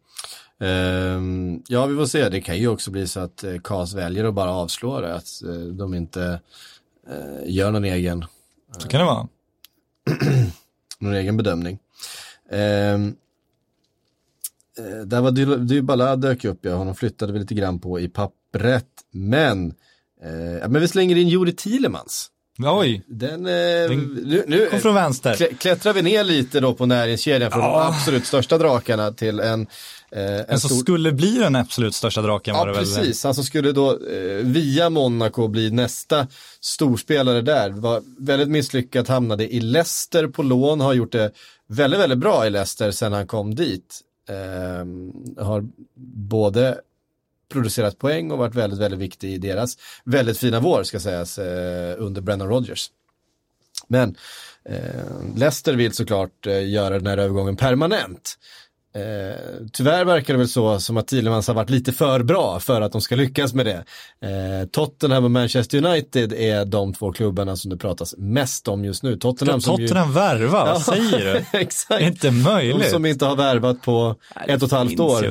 Um, ja, vi får se. Det kan ju också bli så att eh, C A S väljer att bara avslå det. Att eh, de inte eh, gör någon egen så kan det vara. någon egen bedömning. Um, eh, där var Dy- Dybala dök upp. Ja, honom flyttade vi lite grann på i pappret. Men, eh, men vi slänger in Juri Tielemans. Oj, den, eh, Den nu, nu kom från vänster. Klä, klättrar vi ner lite då på näringskedjan från ja. de absolut största drakarna till en eh, en, en som stor... skulle bli den absolut största draken. Ja, var det precis. Väl? Han som skulle då eh, via Monaco bli nästa storspelare där. Var väldigt misslyckat, hamnade i Leicester på lån, har gjort det väldigt, väldigt bra i Leicester sedan han kom dit. Eh, har både producerat poäng och varit väldigt, väldigt viktig i deras väldigt fina vår, ska sägas, eh, under Brendan Rodgers. Men eh, Leicester vill såklart eh, göra den här övergången permanent. Eh, tyvärr verkar det väl så som att Tielemans har varit lite för bra för att de ska lyckas med det. Eh, Tottenham och Manchester United är de två klubbarna som det pratas mest om just nu. Tottenham, som Tottenham ju... värva, vad säger du? Exakt. Inte möjligt. De som inte har värvat på Nej, ett och ett halvt år.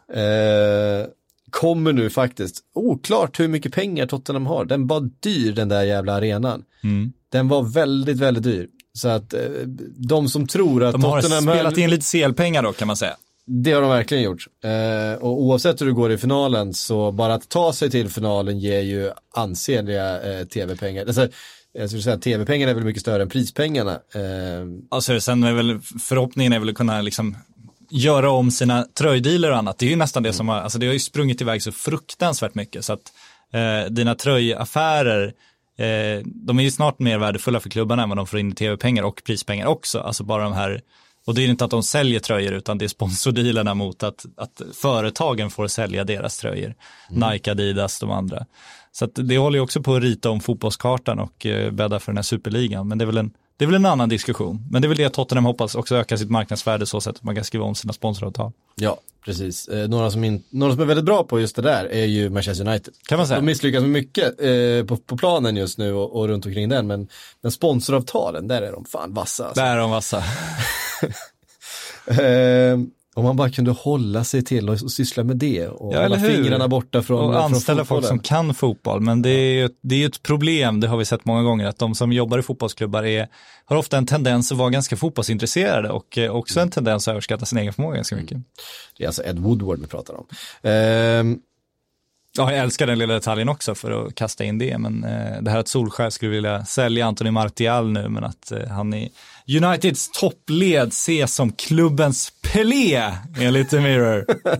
Eh, kommer nu faktiskt, oklart hur mycket pengar Tottenham har. Den var dyr, den där jävla arenan. Mm. Den var väldigt, väldigt dyr. Så att eh, de som tror att de har Tottenham spelat har... in lite C L-pengar då, kan man säga. Det har de verkligen gjort. Eh, och oavsett hur det går i finalen, så bara att ta sig till finalen ger ju ansenliga eh, tv-pengar. Alltså, jag skulle säga att tv-pengarna är väl mycket större än prispengarna. Eh, alltså sen är väl förhoppningen är väl att kunna liksom göra om sina tröjdealer och annat. Det är ju nästan det som har, alltså det har ju sprungit iväg så fruktansvärt mycket. Så att eh, dina tröjaffärer, eh, de är ju snart mer värdefulla för klubbarna än vad de får in i tv-pengar och prispengar också. Alltså bara de här, och det är inte att de säljer tröjor, utan det är sponsordealerna mot att, att företagen får sälja deras tröjor. Mm. Nike, Adidas, de andra. Så att det håller ju också på att rita om fotbollskartan och eh, bädda för den här superligan. Men det är väl en Det är väl en annan diskussion. Men det är väl det att Tottenham hoppas också öka sitt marknadsvärde så sätt att man kan skriva om sina sponsoravtal. Ja, precis. Eh, några, som in, några som är väldigt bra på just det där är ju Manchester United. Kan man säga. De misslyckas med mycket eh, på, på planen just nu och, och runt omkring den. Men, men sponsoravtalen, där är de fan vassa. Alltså. Där är de vassa. eh, om man bara kunde hålla sig till och, och syssla med det och ja, hålla fingrarna borta från och från anställa folk som kan fotboll. Men det är ju det är ett problem, det har vi sett många gånger, att de som jobbar i fotbollsklubbar är, har ofta en tendens att vara ganska fotbollsintresserade och eh, också en tendens att överskatta sin egen förmåga ganska mycket. Det är alltså Ed Woodward vi pratar om. Eh, Ja, jag älskar den lilla detaljen också för att kasta in det, men eh, det här att Solskär skulle vilja sälja Anthony Martial nu, men att eh, han i Uniteds toppled ses som klubbens Pelé enligt The Mirror.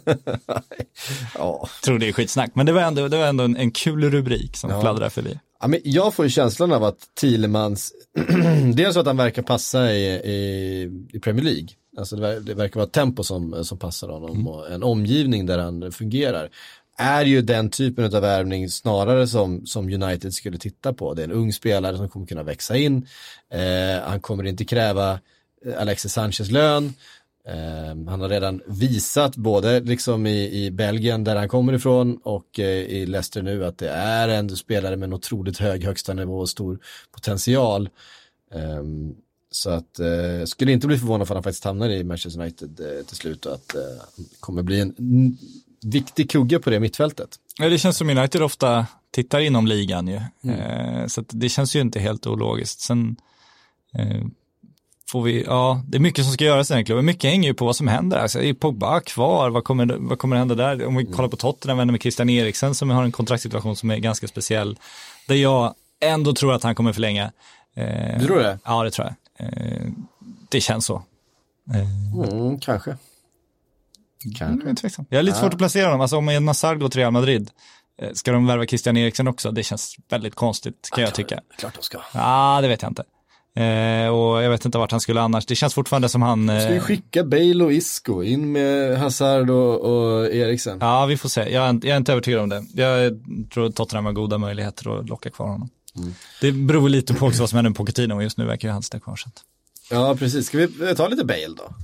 Ja. Tror det är skitsnack, men det var ändå, det var ändå en, en kul rubrik som ja. fladdrar förbi. Ja, men jag får ju känslan av att Tielemans, dels att han verkar passa i, i, i Premier League. Alltså det, det verkar vara tempo som, som passar honom mm. och en omgivning där han fungerar. Är ju den typen av värvning snarare som, som United skulle titta på. Det är en ung spelare som kommer kunna växa in. Eh, han kommer inte kräva Alexis Sanchez lön. Eh, han har redan visat både liksom i, i Belgien där han kommer ifrån och eh, i Leicester nu att det är en spelare med en otroligt hög högsta nivå och stor potential. Eh, så att eh, skulle inte bli förvånad för att han faktiskt hamnar i Manchester United eh, till slut och att det eh, kommer bli en n- viktig kugge på det mittfältet. Ja, det känns som United ofta tittar inom ligan ju. Mm. Eh, så att det känns ju inte helt ologiskt. Sen eh, får vi, ja, det är mycket som ska göras i den klubben. Mycket hänger ju på vad som händer. Alltså, är Pogba kvar? Vad kommer, vad kommer hända där? Om vi kollar mm. på Tottenham med Christian Eriksen som har en kontraktssituation som är ganska speciell. Där jag ändå tror att han kommer förlänga. Eh, du tror det? Ja, det tror jag. Eh, det känns så. Eh. Mm, kanske. Kanske. Mm, jag är lite ja. svårt att placera dem. Alltså om en Hazard går till Real Madrid, ska de värva Christian Eriksen också? Det känns väldigt konstigt, kan ja, jag tycka. Klart de ska. Ja, det vet jag inte. Eh, och jag vet inte vart han skulle annars. Det känns fortfarande som han... Eh... Ska vi skicka Bale och Isco in med Hazard och, och Eriksen? Ja, vi får se. Jag är, jag är inte övertygad om det. Jag tror att Tottenham har goda möjligheter att locka kvar honom. Mm. Det beror lite på också vad som händer med Pochettino och just nu verkar ju han stå kvar. Ja, precis. Ska vi ta lite Bale då?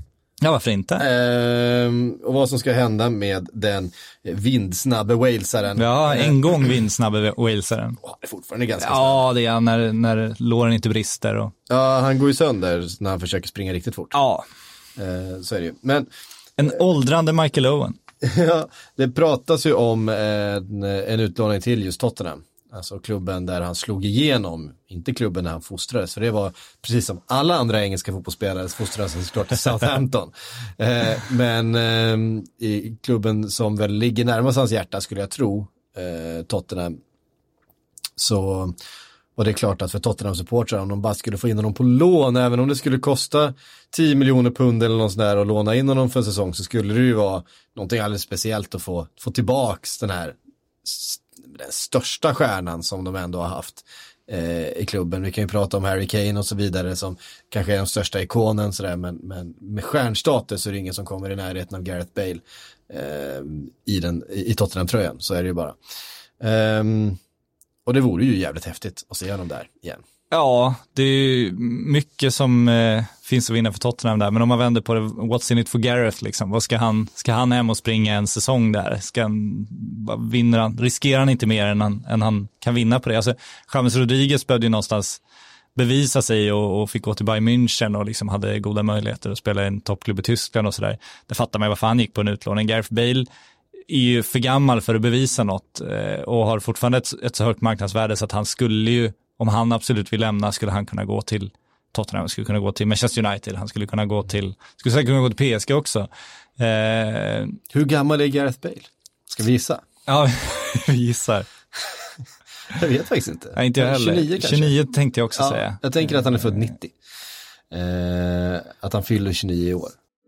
Ja, varför inte? Ehm, och vad som ska hända med den vindsnabbe walesaren. Ja, en gång vindsnabbe walesaren. Oh, det är fortfarande ganska snabb. Ja, det är när, när låren inte brister. Och... Ja, han går ju sönder när han försöker springa riktigt fort. Ja. Ehm, så är det ju. Men en åldrande Michael Owen. ja, det pratas ju om en, en utlåning till just Tottenham. Alltså klubben där han slog igenom, inte klubben när han fostrades, för det var precis som alla andra engelska fotbollsspelare fostrades han såklart i Southampton. eh, men eh, i klubben som väl ligger närmast hans hjärta skulle jag tro, eh, Tottenham, så var det klart att för Tottenham-supportrar, om de bara skulle få in honom på lån, även om det skulle kosta tio miljoner pund eller något sånt där och låna in honom för en säsong, så skulle det ju vara någonting alldeles speciellt att få, få tillbaks den här den största stjärnan som de ändå har haft eh, i klubben. Vi kan ju prata om Harry Kane och så vidare som kanske är den största ikonen sådär, men, men med stjärnstatus så är det ingen som kommer i närheten av Gareth Bale eh, i, den, i Tottenham-tröjan, så är det ju bara. Um, och det vore ju jävligt häftigt att se honom där igen. Ja, det är mycket som eh, finns att vinna för Tottenham där, men om man vänder på det, what's in it for Gareth liksom, vad ska han, ska han hem och springa en säsong där? Ska han, vinner han, riskerar han inte mer än han, än han kan vinna på det? Alltså, James Rodriguez behövde ju någonstans bevisa sig och, och fick gå till Bayern München och liksom hade goda möjligheter att spela i en toppklubb i Tyskland och sådär. Det fattar man varför han gick på en utlåning. Gareth Bale är ju för gammal för att bevisa något eh, och har fortfarande ett, ett så högt marknadsvärde så att han skulle ju, om han absolut vill lämna, skulle han kunna gå till Tottenham, skulle kunna gå till Manchester United, han skulle kunna gå till, skulle säkert kunna gå till P S G också. Eh, Hur gammal är Gareth Bale? Ska vi gissa? ja, vi gissar. Jag vet faktiskt inte. Nej, inte jag heller. tjugonio kanske. tjugonio tänkte jag också ja, säga. Jag tänker att han är född nittio. Eh, att han fyller tjugonio i år.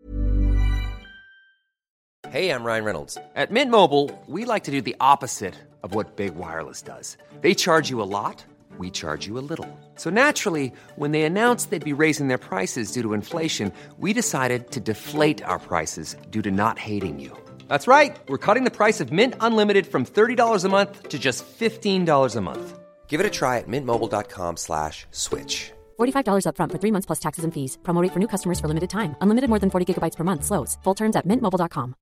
Hey, I'm Ryan Reynolds. At Mint Mobile, we like to do the opposite of what Big Wireless does. They charge you a lot, we charge you a little. So naturally, when they announced they'd be raising their prices due to inflation, we decided to deflate our prices due to not hating you. That's right. We're cutting the price of Mint Unlimited from thirty dollars a month to just fifteen dollars a month. Give it a try at mintmobile.com slash switch. forty-five dollars up front for three months plus taxes and fees. Promo rate for new customers for limited time. Unlimited more than forty gigabytes per month slows. Full terms at mint mobile dot com.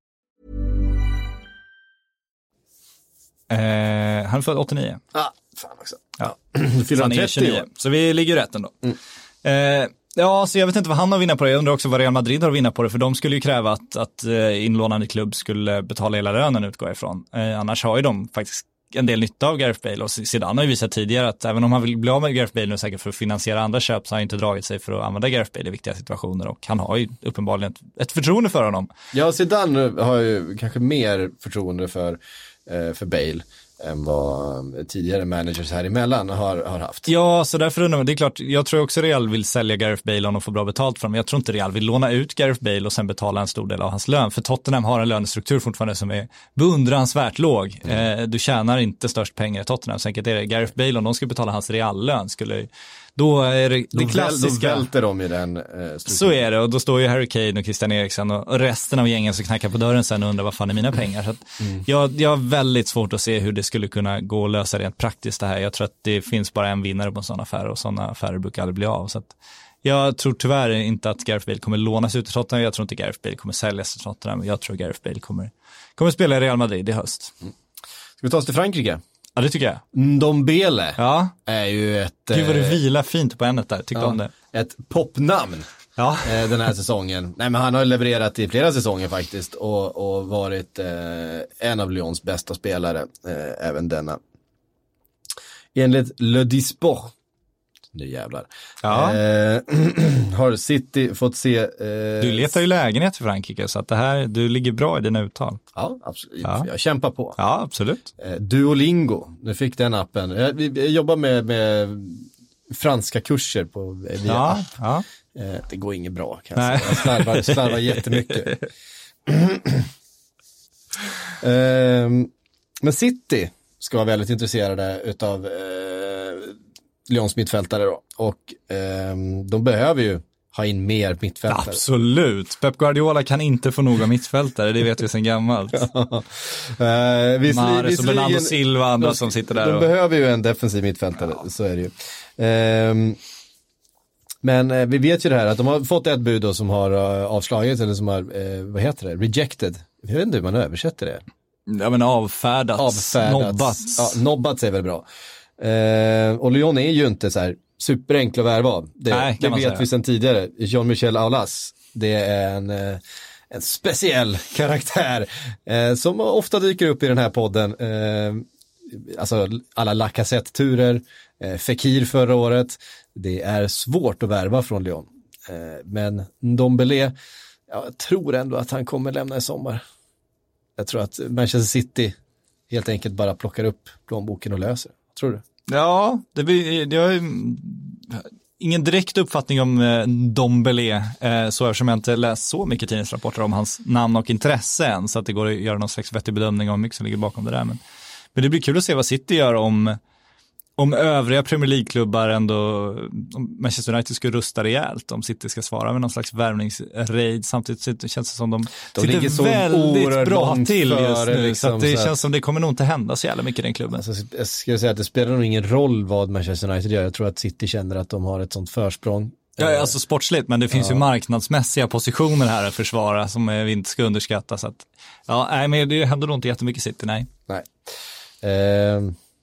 Eh, han är född åttionio. Ah, fan också. Ja. Fyller han trettio år. Så vi ligger rätt ändå. Mm. Eh, ja, så jag vet inte vad han har att vinna på det. Jag undrar också vad Real Madrid har att vinna på det. För de skulle ju kräva att, att eh, inlånande klubb skulle betala hela lönen, utgår ifrån. Eh, annars har ju de faktiskt en del nytta av Gareth Bale. Och Zidane har ju visat tidigare att även om han vill bli av med Gareth Bale nu säkert för att finansiera andra köp, så har han inte dragit sig för att använda Gareth Bale i viktiga situationer. Och han har ju uppenbarligen ett, ett förtroende för honom. Ja, Zidane har ju kanske mer förtroende för, eh, för Bale än vad tidigare managers här emellan har, har haft. Ja, så därför undrar man, det är klart, jag tror också Real vill sälja Gareth Bale om de får bra betalt för dem. Jag tror inte Real vill låna ut Gareth Bale och sen betala en stor del av hans lön. För Tottenham har en lönestruktur fortfarande som är beundransvärt låg. Mm. Eh, du tjänar inte störst pengar i Tottenham. Så enkelt är det. Gareth Bale, om de skulle betala hans reallön, skulle då är det, det då klassiska. Då välter de i den eh, så är det, och då står ju Harry Kane och Christian Eriksen och resten av gängen som knackar på dörren sen och undrar vad fan är mina pengar. Så att mm. jag, jag har väldigt svårt att se hur det skulle kunna gå att lösa rent praktiskt det här. Jag tror att det finns bara en vinnare på en sån affär och sådana affärer brukar aldrig bli av. Så att jag tror tyvärr inte att Gareth Bale kommer lånas ut till Tottenham. Jag tror inte Gareth Bale kommer säljas till Tottenham. Jag tror Gareth Bale kommer, kommer spela i Real Madrid i höst. Mm. Ska vi ta oss till Frankrike? Ja, det tycker jag. Ndombele ja. är ju ett... Gud vad du vilar fint på ämnet där, tyckte ja, om det. Ett popnamn ja. eh, den här säsongen. Nej, men han har levererat i flera säsonger faktiskt och, och varit eh, en av Lyons bästa spelare, eh, även denna. Enligt Le Disport, nu jävlar, ja. eh, har City fått se... Eh, du letar ju lägenhet i Frankrike, så att det här, du ligger bra i dina uttal. Ja, absolut. Ja. Jag kämpar på. Ja, absolut. Eh, Duolingo, nu fick den appen. Jag, vi, jag jobbar med, med franska kurser på via ja, app. Ja. Eh, det går inget bra, kan jag säga. Jag slarvar, slarvar jättemycket. eh, men City ska vara väldigt intresserade utav eh, Lyons mittfältare då. Och eh, de behöver ju ha in mer mittfältare. Absolut. Pep Guardiola kan inte få nog av mittfältare, det vet vi sedan gammalt. ja. uh, visst, Mares och Bernardo Silva, andra de, som sitter där. De och... behöver ju en defensiv mittfältare, ja. Så är det ju. Uh, Men eh, vi vet ju det här att de har fått ett bud då som har uh, avslagits eller som har, eh, vad heter det, rejected. Jag vet inte hur man översätter det. Ja men avfärdats, avfärdats. nobbats. Ja, nobbats är väl bra. Eh, och Lyon är ju inte så här superenkla att värva av. Det, Nej, det man vet säga. vi sedan tidigare. Jean-Michel Aulas, det är en, eh, en speciell karaktär eh, som ofta dyker upp i den här podden. Eh, alltså alla Lacazette-turer, eh, Fekir förra året. Det är svårt att värva från Lyon. Eh, men Ndombele, jag tror ändå att han kommer lämna i sommar. Jag tror att Manchester City helt enkelt bara plockar upp plånboken och löser. Tror du? Ja, det blir, det är ingen direkt uppfattning om eh, Ndombele, eh, så eftersom jag inte läst så mycket tidningsrapporter om hans namn och intresse än, så att det går att göra någon slags vettig bedömning om mycket som ligger bakom det där. Men, men det blir kul att se vad City gör om, om övriga Premier League-klubbar ändå, om Manchester United ska rusta rejält, om City ska svara med någon slags värvningsraid. Samtidigt känns det som de, de sitter så väldigt bra till just nu, liksom, så att det så att, känns som det kommer nog inte hända så jävla mycket i den klubben. Alltså, jag skulle säga att det spelar nog ingen roll vad Manchester United gör. Jag tror att City känner att de har ett sånt försprång. Ja, alltså sportsligt, men det finns ja. ju marknadsmässiga positioner här att försvara som vi inte ska underskatta. Så att, ja, nej, men det händer nog inte jättemycket City, nej. Nej. Eh,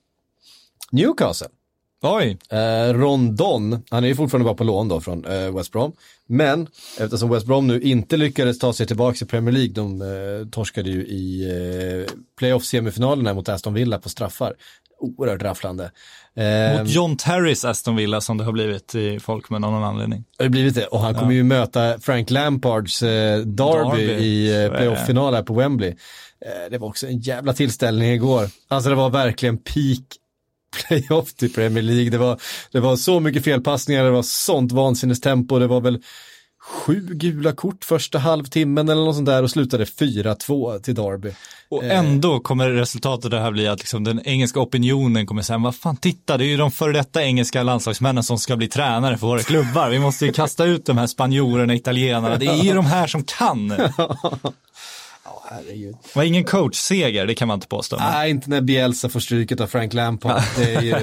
Newcastle. Oj. Eh, Rondon, han är ju fortfarande bara på lån då från eh, West Brom. Men eftersom West Brom nu inte lyckades ta sig tillbaka i Premier League, de eh, torskade ju i eh, playoff-semifinalerna mot Aston Villa på straffar. Oerhört rafflande. Eh, mot John Terrys Aston Villa som det har blivit i folk med någon anledning. Det har blivit det, och han kommer ja. ju möta Frank Lampards eh, Derby, Derby i eh, playoff-final här på Wembley. Eh, det var också en jävla tillställning igår. Alltså det var verkligen peak playoff till Premier League. Det var, det var så mycket felpassningar, det var sånt vansinnestempo. Det var väl sju gula kort första halvtimmen eller något sånt där och slutade fyra två till Derby. Och ändå kommer resultatet det här bli att liksom den engelska opinionen kommer säga, vad fan, titta, det är ju de före detta engelska landslagsmännen som ska bli tränare för våra klubbar. Vi måste ju kasta ut de här spanjorerna, italienarna. Det är ju de här som kan. Ja, herregud. Det var ingen coachseger, det kan man inte påstå. Men. Nej, inte när Bielsa får stryket av Frank Lampard. Det är ju...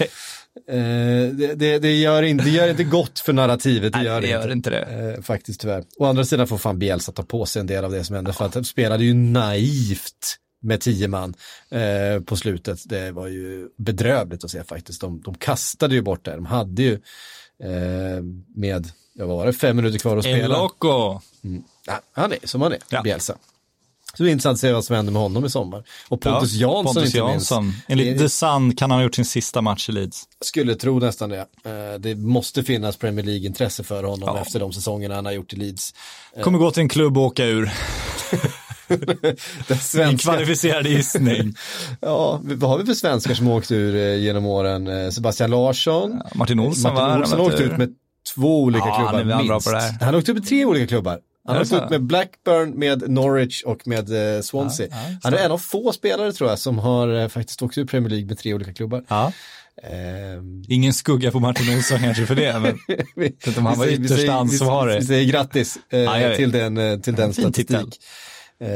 eh, det, det, det, gör inte, det gör inte gott för narrativet. Det Nej, gör, det gör inte, inte det. Eh, faktiskt tyvärr. Å andra sidan får fan Bielsa ta på sig en del av det som hände. För att de spelade ju naivt med tio man eh, på slutet. Det var ju bedrövligt att se faktiskt. De, de kastade ju bort det. De hade ju eh, med, ja, vad var det, fem minuter kvar att spela. El Loco. Mm. Ja, han är som han är, ja. Bielsa. Så det är intressant att se vad som händer med honom i sommar. Och Pontus ja, Jansson Pontus inte Jansson. minst. Enligt The Sun kan han ha gjort sin sista match i Leeds. Skulle tro nästan det. Det måste finnas Premier League-intresse för honom ja. efter de säsongerna han har gjort i Leeds. Kommer gå till en klubb och åka ur. Svenska... En kvalificerad gissning. Ja, vad har vi för svenskar som åkt ur genom åren? Sebastian Larsson. Ja, Martin Olsson, Martin Olsson har åkt ut med två olika ja, klubbar han minst. Bra på det här. Han har åkt ut med tre olika klubbar. Han har åkt ut med Blackburn, med Norwich och med eh, Swansea. Ja, ja, han är en av få spelare tror jag som har eh, faktiskt åkt ut i Premier League med tre olika klubbar. Ja. Um... Ingen skugga på Martin Olsson kanske för det, men vi, inte om han var ytterst säger, ansvarig. Vi, vi säger grattis eh, ja, ja, ja. till den, eh, till den statistik. Eh,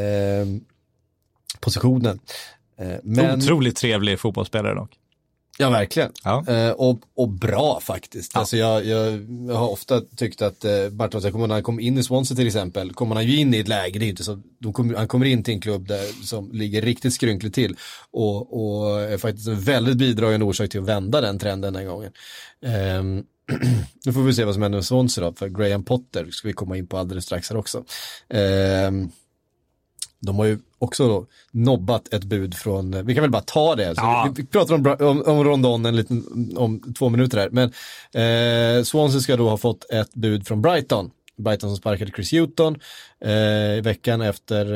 positionen. Eh, men... Otroligt trevlig fotbollsspelare dock. Ja, verkligen. Ja. Eh, och, och bra faktiskt. Ja. Alltså jag, jag, jag har ofta tyckt att eh, Bartos, när han kom in i Swansea till exempel, kommer han ju in i ett läge, det är inte så, de kom, han kommer in till en klubb där, som ligger riktigt skrynkligt till och, och är faktiskt en väldigt bidragande orsak till att vända den trenden den gången. Eh, nu får vi se vad som händer med Swansea då, för Graham Potter ska vi komma in på alldeles strax här också. Eh, De har ju också då nobbat ett bud från, vi kan väl bara ta det. Så ja. Vi pratar om, om, om Rondon en liten, om två minuter här. Men eh, Swansea ska då ha fått ett bud från Brighton. Brighton som sparkade Chris Hughton eh, i veckan efter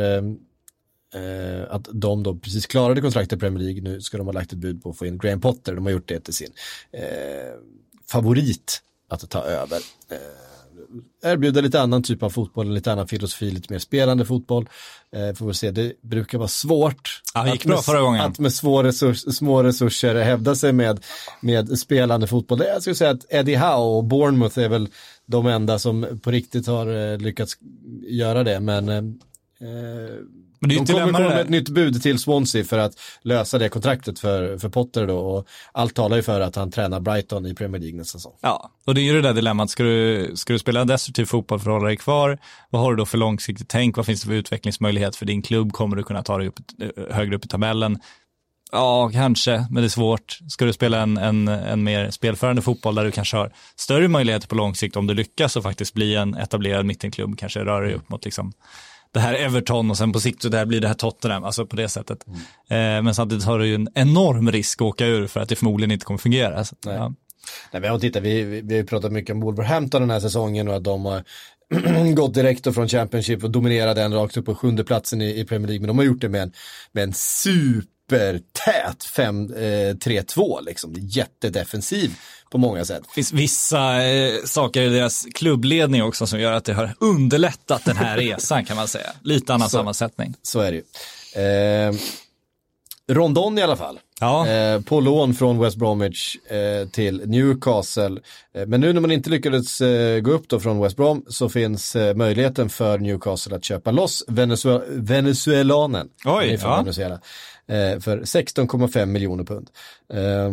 eh, att de då precis klarade kontraktet i Premier League. Nu ska de ha lagt ett bud på att få in Graham Potter. De har gjort det till sin eh, favorit att ta över. Eh, erbjuda lite annan typ av fotboll, lite annan filosofi, lite mer spelande fotboll. Eh, får vi se, det brukar vara svårt ja, det gick att, bra med, förra gången. att med små, resurs, små resurser hävda sig med, med spelande fotboll. Jag skulle säga att Eddie Howe och Bournemouth är väl de enda som på riktigt har eh, lyckats göra det, men eh, Men det är de kommer komma med ett nytt bud till Swansea för att lösa det kontraktet för, för Potter då, och allt talar ju för att han tränar Brighton i Premier League nästa säsong. Ja, och det är ju det där dilemmat. Ska du, ska du spela en destruktiv fotboll för att hålla dig kvar? Vad har du då för långsiktigt tänk? Vad finns det för utvecklingsmöjlighet för din klubb? Kommer du kunna ta dig upp, högre upp i tabellen? Ja, kanske, men det är svårt. Ska du spela en, en, en mer spelförande fotboll där du kanske har större möjligheter på lång sikt om du lyckas och faktiskt bli en etablerad mittenklubb, kanske rör dig upp mot liksom det här Everton och sen på sikt så där blir det här Tottenham, alltså på det sättet. Mm. Eh, men samtidigt har du ju en enorm risk att åka ur för att det förmodligen inte kommer fungera. Så, Nej. Ja. Nej, vi har tittat, vi, vi, vi har pratat mycket om Wolverhampton den här säsongen och att de har gått direkt från Championship och dominerat den rakt upp på sjunde platsen i, i Premier League, men de har gjort det med en, med en supertät fem tre två liksom, jättedefensiv på många sätt. Det finns vissa eh, saker i deras klubbledning också som gör att det har underlättat den här resan, kan man säga. Lite annan så, sammansättning. Så är det ju. Eh, Rondon i alla fall. Ja. Eh, på lån från West Bromwich eh, till Newcastle. Eh, men nu när man inte lyckades eh, gå upp då från West Brom så finns eh, möjligheten för Newcastle att köpa loss Venezuel- venezuelanen. Oj, ja. Venezuela, eh, för sexton komma fem miljoner pund. Eh,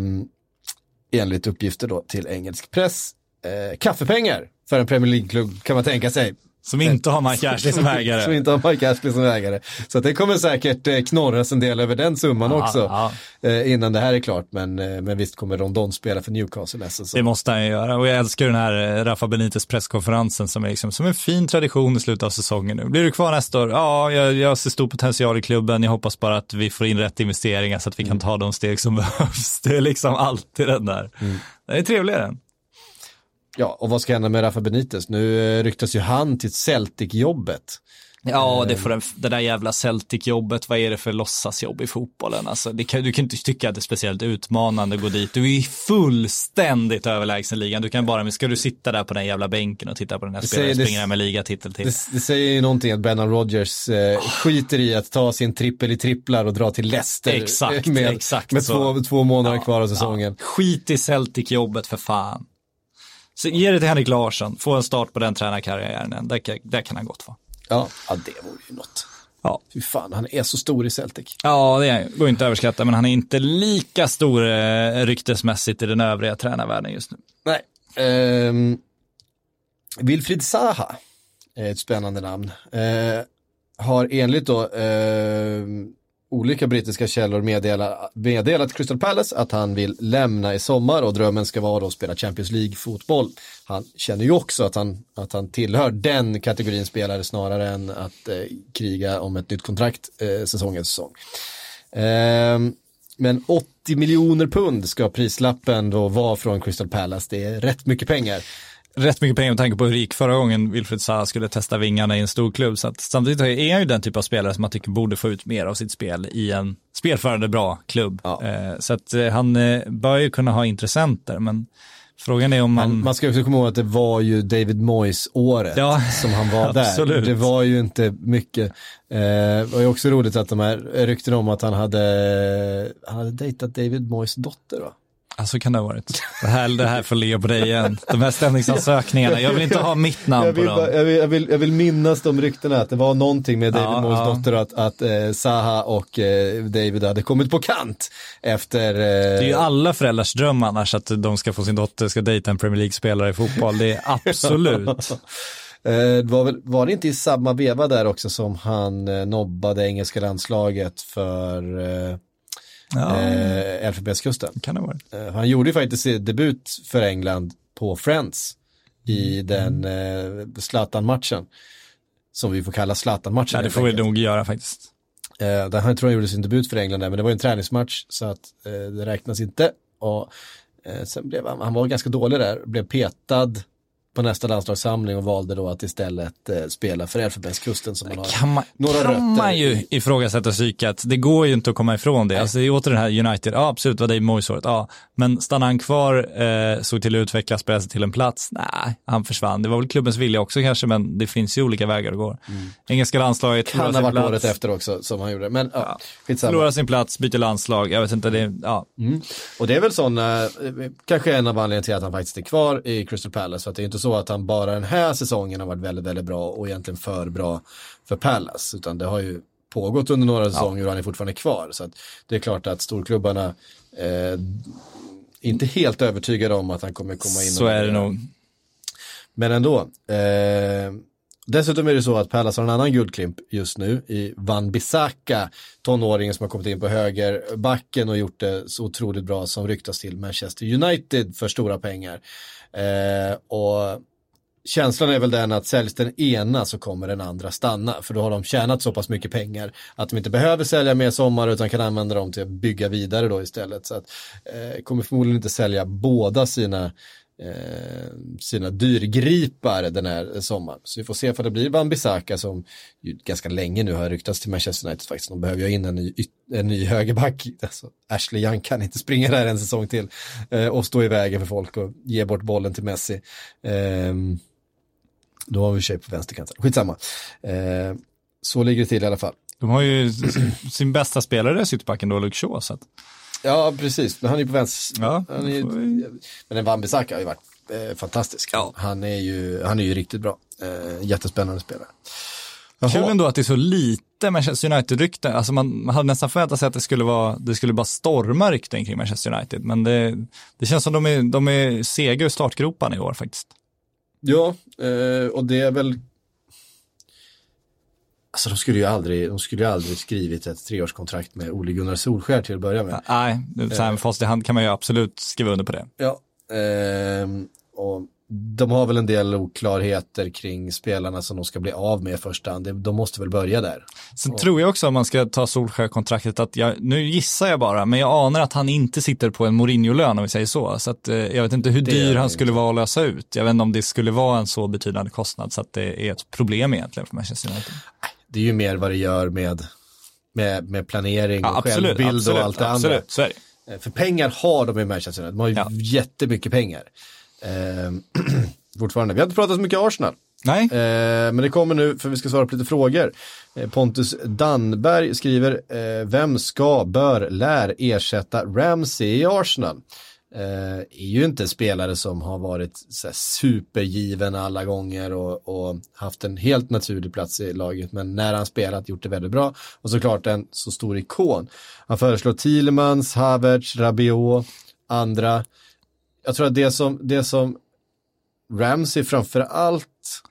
enligt uppgifter då till engelsk press. Eh, kaffepengar för en Premier League-klubb kan man tänka sig. Som inte har Mike Ashley som ägare. Som inte har Mike Ashley som ägare. Så att det kommer säkert eh, knorras en del över den summan ja, också. Ja. Eh, innan det här är klart. Men, eh, men visst kommer Rondon spela för Newcastle nästa säsong. Det måste han göra. Och jag älskar den här eh, Rafa Benites presskonferensen som är liksom som en fin tradition i slutet av säsongen nu. Blir du kvar nästa år? Ja, jag, jag ser stor potential i klubben. Jag hoppas bara att vi får in rätt investeringar så att vi mm. kan ta de steg som behövs. Det är liksom alltid den där. Mm. Det är trevligare. Ja, och vad ska hända med Rafa Benitez? Nu ryktas ju han till Celtic-jobbet. Ja, det, får en, det där jävla Celtic-jobbet, vad är det för låtsasjobb i fotbollen? Alltså, det kan, du kan inte tycka att det är speciellt utmanande att gå dit. Du är fullständigt överlägsen ligan. Du kan bara, ska du sitta där på den jävla bänken och titta på den här spelaren och springa med ligatitel till? Det, det säger ju någonting att Brendan Rodgers eh, skiter i att ta sin trippel i tripplar och dra till Leicester. Exakt, med, exakt med två, två månader ja, kvar av säsongen. Ja. Skit i Celtic-jobbet för fan. Så ge det till Henrik Larsson, få en start på den tränarkarriären, där, där kan han gott få. Ja, ja, det vore ju något. Ja. Fy fan, han är så stor i Celtic. Ja, det går inte att överskatta, men han är inte lika stor eh, ryktesmässigt i den övriga tränarvärlden just nu. Nej. Ehm, Wilfried Zaha är ett spännande namn. Ehm, har enligt då ehm, olika brittiska källor meddelat, meddelat Crystal Palace att han vill lämna i sommar och drömmen ska vara då att spela Champions League-fotboll. Han känner ju också att han, att han tillhör den kategorin spelare snarare än att eh, kriga om ett nytt kontrakt eh, säsong efter säsong. Eh, men åttio miljoner pund ska prislappen då vara från Crystal Palace. Det är rätt mycket pengar. Rätt mycket pengar med tanke på hur det gick förra gången Wilfried Zaha skulle testa vingarna i en stor klubb. Så att samtidigt är han ju den typ av spelare som man tycker borde få ut mer av sitt spel i en spelförande bra klubb. Ja. Eh, så att eh, han eh, bör ju kunna ha intressenter, men frågan är om man... Man, man ska också komma ihåg att det var ju David Moyes året ja, som han var där. Absolut. Det var ju inte mycket. Eh, det var ju också roligt att de här rykten om att han hade, han hade dejtat David Moyes dotter, va? Alltså kan det ha varit. Det här, det här får ligga på dig igen. De här ställningsansökningarna. Jag vill inte ha mitt namn jag vill, på dem. Jag vill, jag, vill, jag vill minnas de ryktena att det var någonting med David ja, Moyes ja. dotter att, att eh, Zaha och eh, David hade kommit på kant efter... Eh... Det är ju alla föräldrars dröm annars att de ska få sin dotter ska dejta en Premier League-spelare i fotboll. Det är absolut. eh, det var, väl, var det inte i samma veva där också som han eh, nobbade engelska landslaget för... Eh... Ja. Eh, Elfenbenskusten. Kan det vara. Eh, han gjorde ju faktiskt debut för England på Friends i den eh, Zlatan-matchen som vi får kalla Zlatan-matchen. Ja, det får vi nog göra faktiskt. Eh, där han tror jag gjorde sin debut för England där, men det var ju en träningsmatch så att eh, det räknas inte. Och eh, sen blev han, han var ganska dålig där, blev petad på nästa landslagssamling och valde då att istället eh, spela för Elfenbenskusten som man har kan man, några kan rötter. Kan man ju ifrågasätta psyket. Det går ju inte att komma ifrån det. Nej. Alltså åter den här United, ja absolut var det i Moyes-året, ja. Men stannar han kvar, eh, såg till att utveckla, spela sig till en plats? Nej, han försvann. Det var väl klubbens vilja också kanske, men det finns ju olika vägar att gå. Mm. Engelska landslaget kan ha varit plats. Året efter också som han gjorde. Men ja, ja. Förlorar sin plats, byter landslag, jag vet inte, det, ja. Mm. Och det är väl sådana, kanske en av anledningarna till att han faktiskt är kvar i Crystal Palace, för att det är inte så att han bara den här säsongen har varit väldigt, väldigt bra och egentligen för bra för Palace, utan det har ju pågått under några säsonger ja. och han är fortfarande kvar. Så att det är klart att storklubbarna eh, inte helt övertygade om att han kommer komma in. Så är det nog. Men ändå. Eh, dessutom är det så att Palace har en annan guldklimp just nu i Wan-Bissaka, tonåringen som har kommit in på högerbacken och gjort det så otroligt bra som ryktas till Manchester United för stora pengar. Eh, och känslan är väl den att säljs den ena så kommer den andra stanna, för då har de tjänat så pass mycket pengar att de inte behöver sälja mer sommar utan kan använda dem till att bygga vidare då istället. Så att eh, kommer förmodligen inte sälja båda sina eh, sina dyrgripar den här sommaren. Så vi får se för det blir Wan-Bissaka som ju ganska länge nu har ryktats till Manchester United faktiskt. De behöver ju in en ny, en ny högerback. Alltså, Ashley Young kan inte springa där en säsong till eh, och stå i vägen för folk och ge bort bollen till Messi. Eh, Då har vi tjej på vänsterkanten. Skitsamma. Eh, så ligger det till i alla fall. De har ju sin bästa spelare i sittbacken då, Luke Shaw. Så att... Ja, precis. Men han är ju på vänster. Ja, han är, men en Wan-Bissaka har ju varit eh, fantastisk. Ja. Han, är ju, han är ju riktigt bra. Eh, jättespännande spelare. Jaha. Kul ändå att det är så lite Manchester United-rykten. Alltså man, man hade nästan förväntat sig att det skulle, vara, det skulle bara storma rykten kring Manchester United. Men det, det känns som de är, de är sega i startgropan i år faktiskt. Ja, eh, och det är väl alltså de skulle ju aldrig de skulle ju aldrig skrivit ett treårskontrakt med Ole Gunnar Solskjær till att börja med. Nej, eh, fast i hand kan man ju absolut skriva under på det. Ja, eh, och de har väl en del oklarheter kring spelarna som de ska bli av med i första hand. De måste väl börja där. Sen och... tror jag också om man ska ta Solskjær-kontraktet att jag, nu gissar jag bara, men jag anar att han inte sitter på en Mourinho-lön om vi säger så. Så att, eh, jag vet inte hur det dyr han skulle inte. vara att lösa ut. Jag vet inte om det skulle vara en så betydande kostnad så att det är ett problem egentligen för Manchester United. Det är ju mer vad det gör med, med, med planering ja, och absolut, självbild absolut, och allt det absolut, andra. Så är det. För pengar har de i Manchester United. De har ju ja. jättemycket pengar. Eh, fortfarande. Vi har inte pratat så mycket Arsenal. Nej. Eh, men det kommer nu för vi ska svara på lite frågor. Eh, Pontus Danberg skriver eh, vem ska, bör, lär ersätta Ramsey i Arsenal? Eh, är ju inte spelare som har varit så här, supergiven alla gånger och, och haft en helt naturlig plats i laget, men när han spelat gjort det väldigt bra och såklart en så stor ikon. Han föreslår Tielemans, Havertz, Rabiot, andra. Jag tror att det som, det som Ramsey framför allt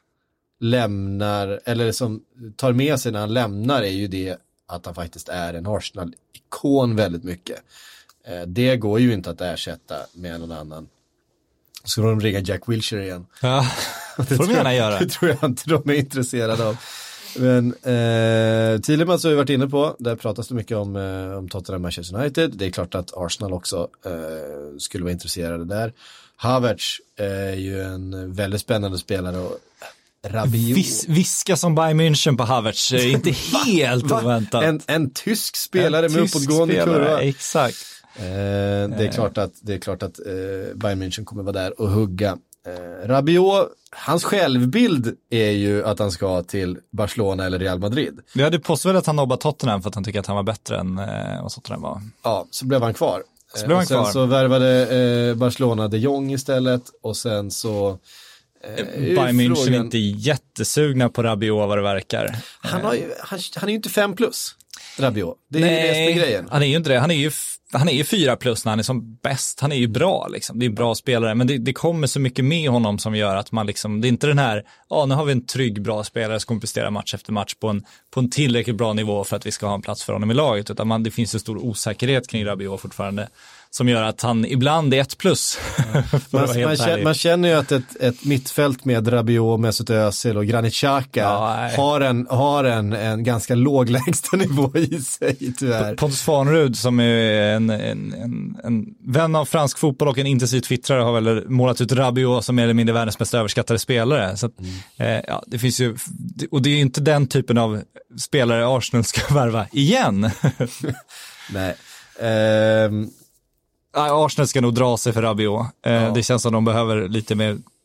lämnar, eller som tar med sig när han lämnar är ju det att han faktiskt är en Arsenal-ikon väldigt mycket. Det går ju inte att ersätta med någon annan. Så de ringa Jack Wilshere igen. Ja, det får de gärna göra. Det tror jag inte de är intresserade av. Men eh, Tielemans har vi varit inne på. Där pratas det mycket om, eh, om Tottenham Manchester United. Det är klart att Arsenal också eh, skulle vara intresserade där. Havertz är ju en väldigt spännande spelare och Rabiot. Vis, viska som Bayern München på Havertz är inte helt Va? oväntat. En, en tysk spelare en med tysk uppåtgående spelare, kurva. Exakt. Eh, det är klart att, det är klart att eh, Bayern München kommer vara där och hugga. Eh, Rabiot, hans självbild är ju att han ska till Barcelona eller Real Madrid. Det hade påstått att han nobbat Tottenham för att han tycker att han var bättre än eh, vad Tottenham var. Ja, så blev han kvar. Så blev han och sen kvar. så värvade eh, Barcelona de Jong istället och sen så eh, Bayern München frågan... är inte jättesugna på Rabiot vad det verkar. Han, har ju, han, han är ju inte fem plus, Rabiot. Det är Nej, ju det som är grejen. Han är ju inte det. Han är ju Han är ju fyra plus när han är som bäst. Han är ju bra liksom. Det är en bra spelare. Men det, det kommer så mycket med honom som gör att man liksom, det är inte den här, ja nu har vi en trygg bra spelare som kommer prestera match efter match på en, på en tillräckligt bra nivå för att vi ska ha en plats för honom i laget. Utan man, det finns en stor osäkerhet kring Rabiot fortfarande. Som gör att han ibland är ett plus. Ja. man, man, känner, man känner ju att ett, ett mittfält med Rabiot, Mesut Özil och Granit Xhaka ja, har, en, har en, en ganska låg lägsta nivå i sig tyvärr. Pontus Farnerud som är en, en, en, en vän av fransk fotboll och en intensiv twittrare har väl målat ut Rabiot som är eller mindre världens mest överskattade spelare. Så att, mm. eh, ja, det finns ju, och det är ju inte den typen av spelare Arsenal ska värva igen. Nej. Um... Arsenal ska nog dra sig för Rabiot. Eh, ja. Det känns som de behöver lite mer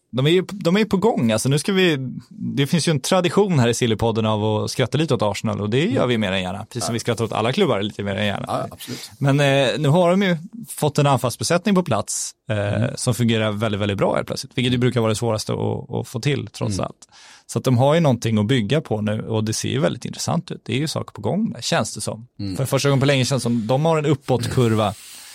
de är ju de är ju på gång. Alltså nu ska vi, det finns ju en tradition här i Sillypodden av att skratta lite åt Arsenal, och det gör vi mer än gärna. Precis som ja. vi skrattar åt alla klubbar lite mer än gärna. Ja, absolut. Men eh, nu har de ju fått en anfallsbesättning på plats eh, mm. som fungerar väldigt, väldigt bra helt plötsligt. Vilket ju brukar vara det svåraste att, att få till trots mm. allt. Så att de har ju någonting att bygga på nu, och det ser ju väldigt intressant ut. Det är ju saker på gång där, känns det som. Mm. För första gången på länge känns det som de har en uppåtkurva.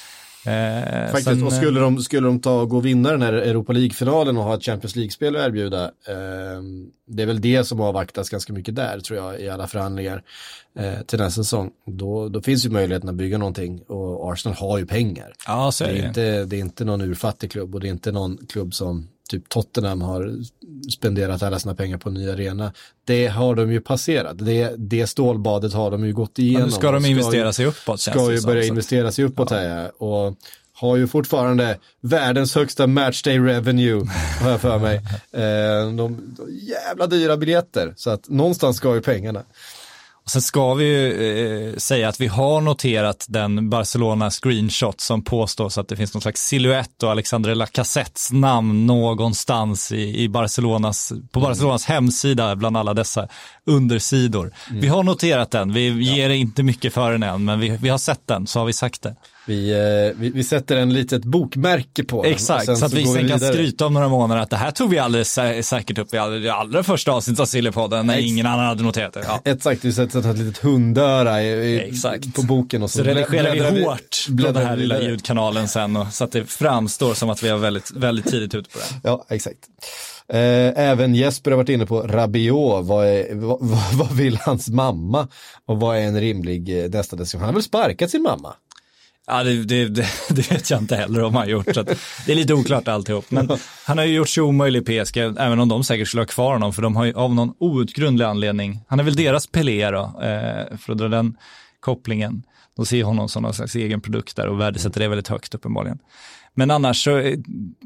Eh, Faktiskt, sen, och skulle de, skulle de ta och gå och vinna den här Europa League-finalen och ha ett Champions League-spel att erbjuda, eh, det är väl det som avvaktas ganska mycket där, tror jag, i alla förhandlingar eh, till nästa säsong. Då, då finns ju möjligheten att bygga någonting, och Arsenal har ju pengar. Ja, så är det. Det är inte, det är inte någon urfattig klubb, och det är inte någon klubb som typ Tottenham har spenderat alla sina pengar på en ny arena. Det har de ju passerat. Det, det stålbadet har de ju gått igenom. Men nu ska de ska investera ju, sig uppåt. Ska ju börja investera sig uppåt ja. här. Och har ju fortfarande världens högsta matchday revenue, har jag för mig. Eh, de, de jävla dyra biljetter. Så att någonstans ska ju pengarna. Och sen ska vi ju eh, säga att vi har noterat den Barcelona screenshot som påstås att det finns någon slags silhuett och Alexandre Lacazettes namn någonstans i, i Barcelonas, på Barcelonas mm. hemsida bland alla dessa undersidor. Mm. Vi har noterat den, vi ja. ger inte mycket för den än, men vi, vi har sett den, så har vi sagt det. Vi, eh, vi, vi sätter en litet bokmärke på den. Exakt, så, så att vi sen kan skryta om några månader att det här tog vi alldeles sä- säkert upp i allra, allra första avsnitt av Sillypodden när Ex- ingen annan hade noterat det. Ja. Exakt, vi sätter ett litet hundöra i, i, på boken. Och så, så redigerar blä, vi hårt på den här lilla ljudkanalen sen, och, så att det framstår som att vi har väldigt, väldigt tidigt ut på det. Ja, exakt. Eh, även Jesper har varit inne på Rabiot. Vad, är, vad, vad vill hans mamma? Och vad är en rimlig nästa destination? Han har väl sparkat sin mamma? Ja, det, det, det, det vet jag inte heller om han gjort. Så att det är lite oklart alltihop. Men han har ju gjort sig omöjlig i P S G, även om de säkert skulle ha kvar honom. För de har ju av någon outgrundlig anledning. Han är väl deras Pelé då, eh, för att dra den kopplingen. De ser honom som någon slags egen produkt där och värdesätter det väldigt högt uppenbarligen. Men annars så,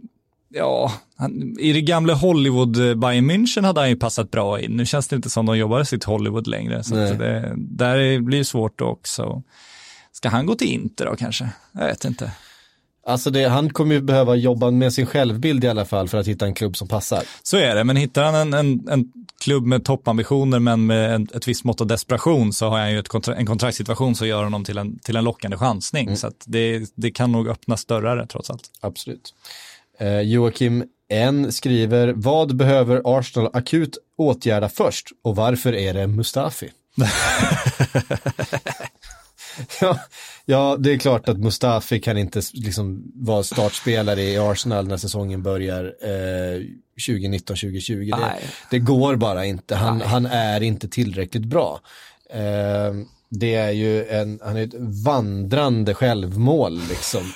ja, han, i det gamla Hollywood Bayern München hade han ju passat bra in. Nu känns det inte som de jobbar sitt Hollywood längre. Så att det, där blir det svårt också. Ska han gå till Inter då kanske? Jag vet inte. Alltså det, han kommer ju behöva jobba med sin självbild i alla fall för att hitta en klubb som passar. Så är det, men hittar han en, en, en klubb med toppambitioner men med en, ett visst mått av desperation, så har han ju ett kontra, en kontraktssituation som gör honom till en, till en lockande chansning. Mm. Så att det, det kan nog öppna större trots allt. Absolut. Eh, Joakim N skriver, vad behöver Arsenal akut åtgärda först och varför är det Mustafi? Ja, ja, det är klart att Mustafi kan inte liksom vara startspelare i Arsenal när säsongen börjar eh, tjugo nitton tjugo tjugo. Det, det går bara inte. Han, han är inte tillräckligt bra. Eh, det är ju en, han är ett vandrande självmål liksom.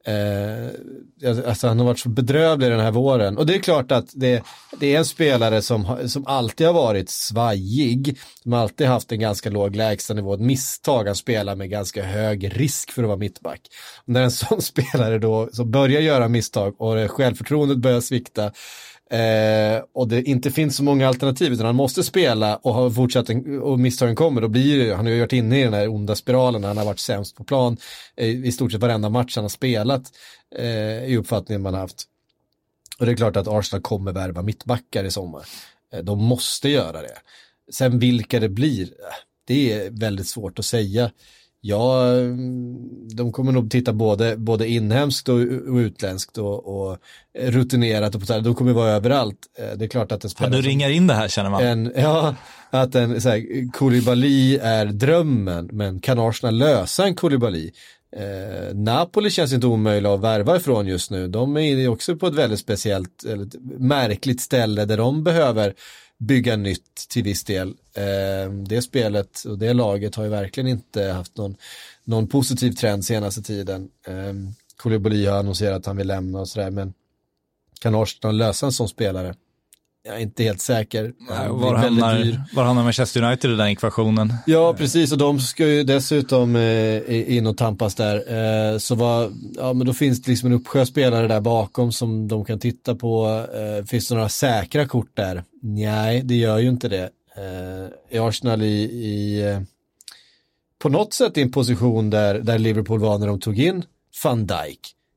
Eh, alltså han har varit så bedrövlig den här våren, och det är klart att det, det är en spelare som, som alltid har varit svajig, som alltid haft en ganska låg lägstanivå, ett misstag han spelar med ganska hög risk för att vara mittback. Och när en sån spelare då som börjar göra misstag och självförtroendet börjar svikta, Eh, och det inte finns så många alternativ utan han måste spela och har fortsatt en, och misstagen kommer, då blir det, han har ju varit inne i den här onda spiralen när han har varit sämst på plan eh, i stort sett varenda match han har spelat eh, i uppfattningen man har haft. Och det är klart att Arsenal kommer värva mittbackar i sommar. Eh, de måste göra det. Sen vilka det blir, det är väldigt svårt att säga. Ja, de kommer nog titta både, både inhemskt och, och utländskt och, och rutinerat. Och på, de kommer vara överallt. Det är klart att en spelare... Ja, du ringar in det här känner man. En, ja, att en så här, Koulibaly är drömmen, men kan Arsenal lösa en Koulibaly? Eh, Napoli känns inte omöjligt att värva ifrån just nu. De är också på ett väldigt speciellt, eller ett märkligt ställe där de behöver bygga nytt till viss del. Eh, det spelet och det laget har ju verkligen inte haft någon, någon positiv trend senaste tiden. Eh, Koulibaly har annonserat att han vill lämna och sådär, men kan Arsenal lösa en sån spelare? Jag är inte helt säker. Nej, var, hamnar, var hamnar Manchester United i den ekvationen? Ja, precis, och de ska ju dessutom eh, in och tampas där. Eh, så var, ja, men då finns det liksom en uppsjö spelare där bakom som de kan titta på. Eh, finns det några säkra kort där? Nej, det gör ju inte det. Eh, är Arsenal i, i eh, på något sätt i en position där, där Liverpool var när de tog in Van Dijk.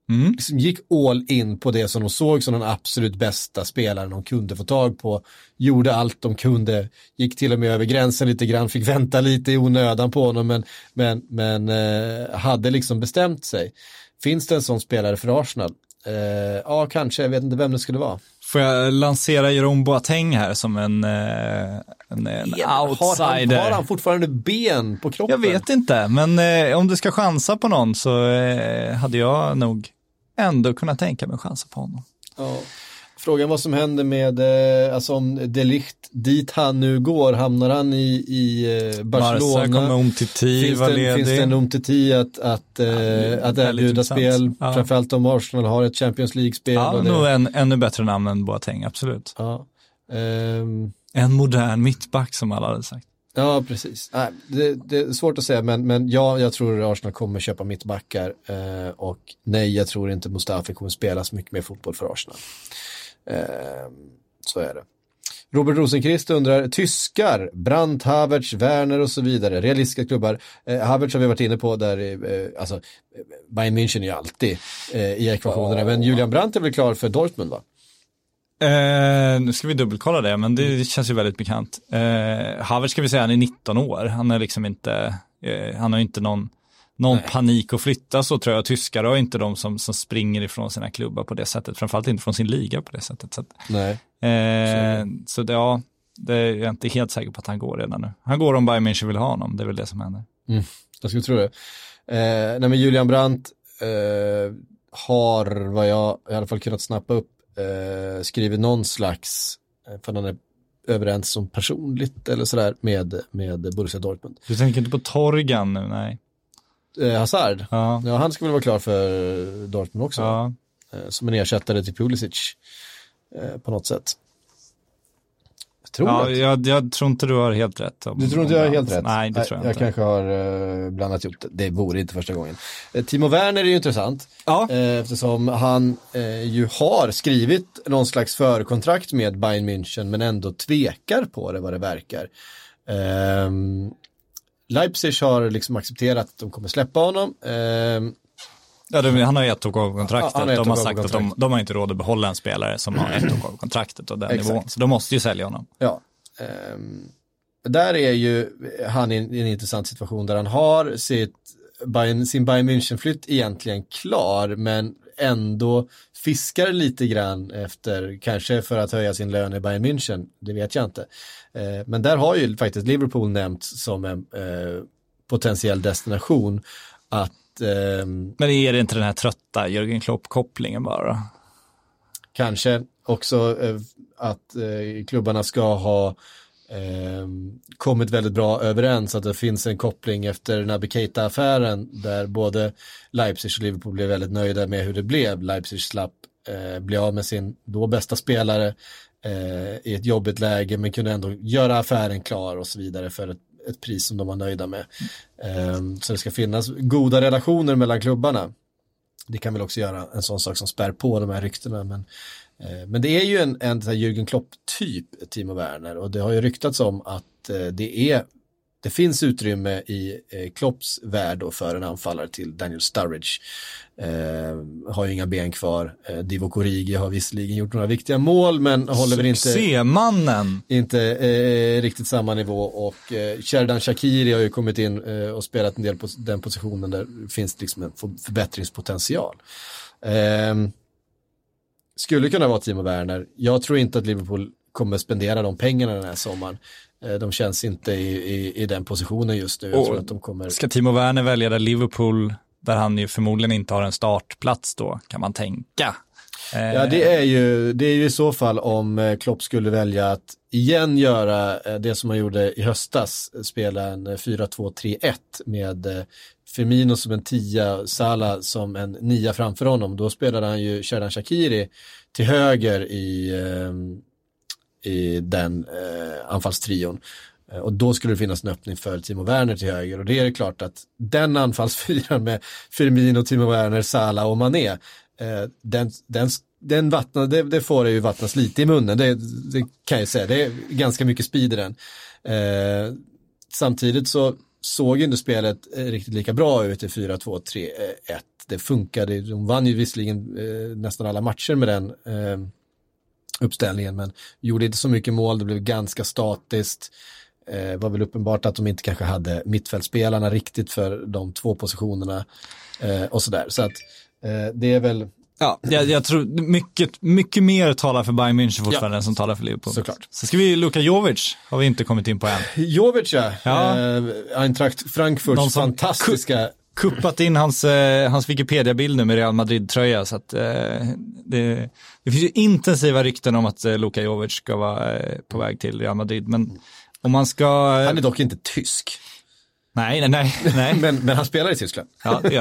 Mm. liksom gick all in på det som de såg som den absolut bästa spelaren de kunde få tag på. Gjorde allt de kunde, gick till och med över gränsen lite grann, fick vänta lite i onödan på honom, men, men, men eh, hade liksom bestämt sig. Finns det en sån spelare för Arsenal? Eh, ja, kanske, jag vet inte vem det skulle vara. Får jag lansera Jerome Boateng här som en, en, en outsider? Har han, har han fortfarande ben på kroppen? Jag vet inte, men eh, om du ska chansa på någon så eh, hade jag nog ändå kunnat tänka mig chansa på honom. Ja. Frågan vad som händer med, eh, alltså om De Ligt, dit han nu går, hamnar han i, i eh, Barcelona? Barca kommer Umtiti, finns, det, finns det en Umtiti att, att, eh, ja, att erbjuda spel, ja. Framförallt om Arsenal har ett Champions League-spel? Ja, och det... nog en ännu bättre namn än Boateng, absolut. Ja. Um... En modern mittback som alla hade sagt. Ja, precis. Nej, det, det är svårt att säga, men, men ja, jag tror Arsenal kommer köpa mittbackar eh, och nej, jag tror inte Mustafi kommer spela så mycket mer fotboll för Arsenal. Eh, så är det. Robert Rosenqvist undrar, tyskar, Brandt, Havertz, Werner och så vidare, realistiska klubbar. Eh, Havertz har vi varit inne på där, eh, alltså Bayern München är ju alltid eh, i ekvationerna, oh. Men Julian Brandt är väl klar för Dortmund, va? Eh, nu ska vi dubbelkolla det, men det känns ju väldigt bekant. Eh, Havertz ska vi säga, han är nitton år. Han är liksom inte, eh, han har inte någon, någon panik att flytta, så tror jag. Tyskar har inte de som, som springer ifrån sina klubbar på det sättet. Framförallt inte från sin liga på det sättet. Så, att, Nej. Eh, så det, ja, det är jag inte helt säker på att han går redan nu. Han går om Bayern München vill ha honom, det är väl det som händer. Mm, jag skulle tro det. Eh, nej men Julian Brandt eh, har, vad jag i alla fall kunnat snappa upp, Eh, skriver någon slags, eh, för han är överens som personligt eller sådär med, med Borussia Dortmund. Du tänker inte på Torgan nu, nej? Eh, Hazard? Ja. Ja, han ska väl vara klar för Dortmund också. Ja. Eh, som en ersättare till Pulisic eh, på något sätt. Tror ja, jag, jag tror inte du har helt rätt. Om, du tror inte jag har helt rätt? Nej, det tror jag, jag inte. Jag kanske har uh, blandat ihop det. Det vore inte första gången. Uh, Timo Werner är ju intressant. Ja. Uh, eftersom han uh, ju har skrivit någon slags förkontrakt med Bayern München, men ändå tvekar på det vad det verkar. Uh, Leipzig har liksom accepterat att de kommer släppa honom. Uh, Ja, de, han har ett år av kontraktet. Ja, de har sagt att de, de har inte råd att behålla en spelare som har ett år av kontraktet och den Exakt. nivån. Så de måste ju sälja honom. Ja. Um, där är ju han i en, i en intressant situation där han har sitt Bayern, sin Bayern München-flytt egentligen klar, men ändå fiskar lite grann efter, kanske för att höja sin lön i Bayern München, det vet jag inte. Uh, men där har ju faktiskt Liverpool nämnts som en uh, potentiell destination att men är det inte den här trötta Jürgen Klopp-kopplingen bara? Kanske också eh, att eh, klubbarna ska ha eh, kommit väldigt bra överens, att det finns en koppling efter Naby Keita-affären där både Leipzig och Liverpool blev väldigt nöjda med hur det blev. Leipzig slapp eh, bli av med sin då bästa spelare eh, i ett jobbigt läge, men kunde ändå göra affären klar och så vidare för ett ett pris som de var nöjda med. Um, så det ska finnas goda relationer mellan klubbarna. Det kan väl också göra en sån sak som spär på de här ryktena. Men, uh, men det är ju en, en Jürgen Klopp-typ, Timo Werner. Och det har ju ryktats om att uh, det är det finns utrymme i uh, Klopps värld då för en anfallare till Daniel Sturridge. Uh, har ju inga ben kvar. Uh, Divock Origi har visserligen gjort några viktiga mål, men håller väl inte Succémannen! Inte uh, riktigt samma nivå, och uh, Xherdan Shaqiri har ju kommit in uh, och spelat en del på den positionen där finns liksom en förbättringspotential. Uh, skulle kunna vara Timo Werner. Jag tror inte att Liverpool kommer spendera de pengarna den här sommaren. Uh, de känns inte i, i, i den positionen just nu. Jag och tror att de kommer... Ska Timo Werner välja där Liverpool, där han ju förmodligen inte har en startplats då, kan man tänka. Ja, det är ju, det är ju i så fall om Klopp skulle välja att igen göra det som han gjorde i höstas, spela en fyra två tre ett med Firmino som en tia, Salah som en nia framför honom. Då spelade han ju Xherdan Shaqiri till höger i, i den eh, anfallstrion. Och då skulle det finnas en öppning för Timo Werner till höger. Och det är klart att den anfallsfyran med Firmino, Timo Werner, Salah och Mané, eh, den, den, den vattnar, det, det får det ju vattnas lite i munnen. Det, det kan jag säga. Det är ganska mycket speed i den. Eh, samtidigt så såg ju inte spelet eh, riktigt lika bra ut i fyra två tre ett. Det funkade, de vann ju visserligen eh, nästan alla matcher med den eh, uppställningen, men gjorde inte så mycket mål, det blev ganska statiskt. Eh, var väl uppenbart att de inte kanske hade mittfältspelarna riktigt för de två positionerna eh, och sådär. Så att eh, det är väl... Ja, jag, jag tror mycket, mycket mer talar för Bayern München fortfarande ja, än som talar för Liverpool. Såklart. Så ska vi, Luka Jovic har vi inte kommit in på än. Jovic ja, ja. Eh, Eintracht Frankfurts fantastiska... kuppat in hans, eh, hans Wikipedia-bild nu med Real Madrid-tröja, så att eh, det, det finns ju intensiva rykten om att eh, Luka Jovic ska vara eh, på väg till Real Madrid, men om man ska... Eh, han är dock inte tysk. Nej, nej, nej. nej. men, men han spelar i Tyskland. Ja, det gör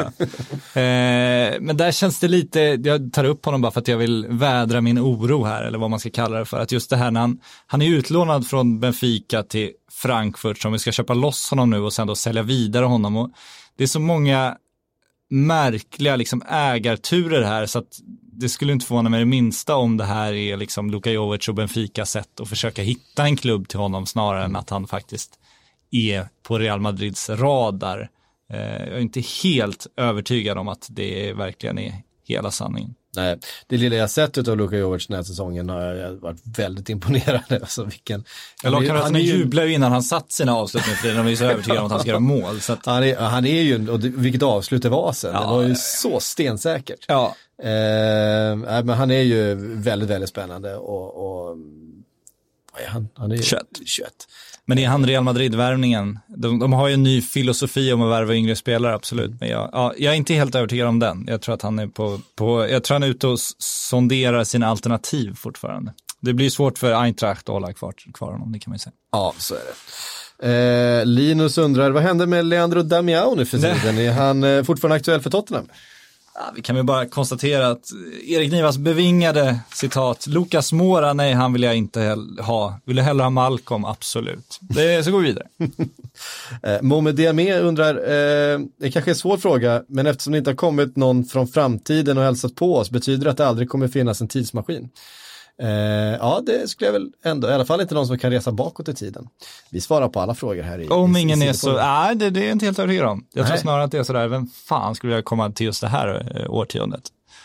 eh, Men där känns det lite, jag tar upp honom bara för att jag vill vädra min oro här, eller vad man ska kalla det för, att just det här när han, han är utlånad från Benfica till Frankfurt, som vi ska köpa loss honom nu och sen då sälja vidare honom, och det är så många märkliga liksom ägarturer här, så att det skulle inte förvåna mig det minsta om det här är liksom Luka Jovic och Benfica sätt att försöka hitta en klubb till honom snarare än att han faktiskt är på Real Madrids radar. Jag är inte helt övertygad om att det verkligen är hela sanningen. Nej, det lilla jag sett av Luka Jovic den här säsongen har jag varit väldigt imponerande. Alltså vilken... Lagkamraterna jublar ju innan han satt sina avslut med, för de är ju så övertygade om att han ska göra mål. Så att... han, är, han är ju, och det, vilket avslut det var sen, ja, det var ju så stensäkert. Ja. Eh, men han är ju väldigt, väldigt spännande och, och vad är han? Han är tjugoett. Men är han Real Madrid-värvningen? De, de har ju en ny filosofi om att värva yngre spelare, absolut. Men jag, ja, jag är inte helt övertygad om den. Jag tror att han är på, på jag tror han är ute och sonderar sina alternativ fortfarande. Det blir svårt för Eintracht att hålla kvar, kvar honom, det kan man ju säga. Ja, så är det. Eh, Linus undrar, vad händer med Leandro Damião nu för tiden? Är han eh, fortfarande aktuell för Tottenham? Ja, vi kan ju bara konstatera att Erik Nivas bevingade citat, Lucas Moura, nej han vill jag inte ha, vill jag hellre ha Malcolm, absolut. Det, så går vi vidare. eh, Mohamed Diamé undrar, eh, det kanske är en svår fråga, men eftersom det inte har kommit någon från framtiden och hälsat på oss, betyder det att det aldrig kommer finnas en tidsmaskin? Eh, ja, det skulle jag väl ändå, i alla fall inte någon som kan resa bakåt i tiden. Vi svarar på alla frågor här i. Om i, ingen i är så, nej det, det är jag inte helt övertygad om. Jag nej. tror snarare att det är sådär, vem fan skulle jag komma till just det här eh, årtiondet?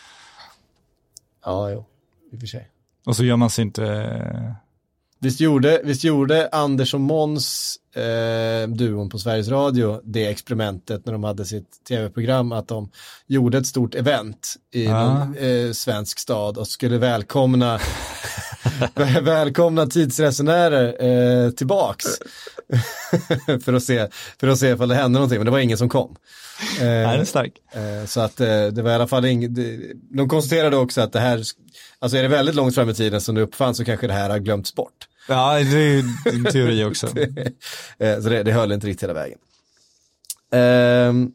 Ja, jo, i och för sig. Och så gör man sig inte... Eh... Visst gjorde, visst gjorde Anders och Måns eh, duon på Sveriges Radio det experimentet när de hade sitt tv-program, att de gjorde ett stort event i ah. någon eh, svensk stad och skulle välkomna välkomna tidsresenärer eh, tillbaks för att se för att se ifall det hände någonting, men det var ingen som kom. Eh, Nej, det är stark. Eh, så att eh, det var i alla fall inget, de konstaterade också att det här, alltså är det väldigt långt fram i tiden som det uppfanns, så kanske det här har glömts bort. Ja, det är ju en teori också. Så det, det höll inte riktigt hela vägen. Eh,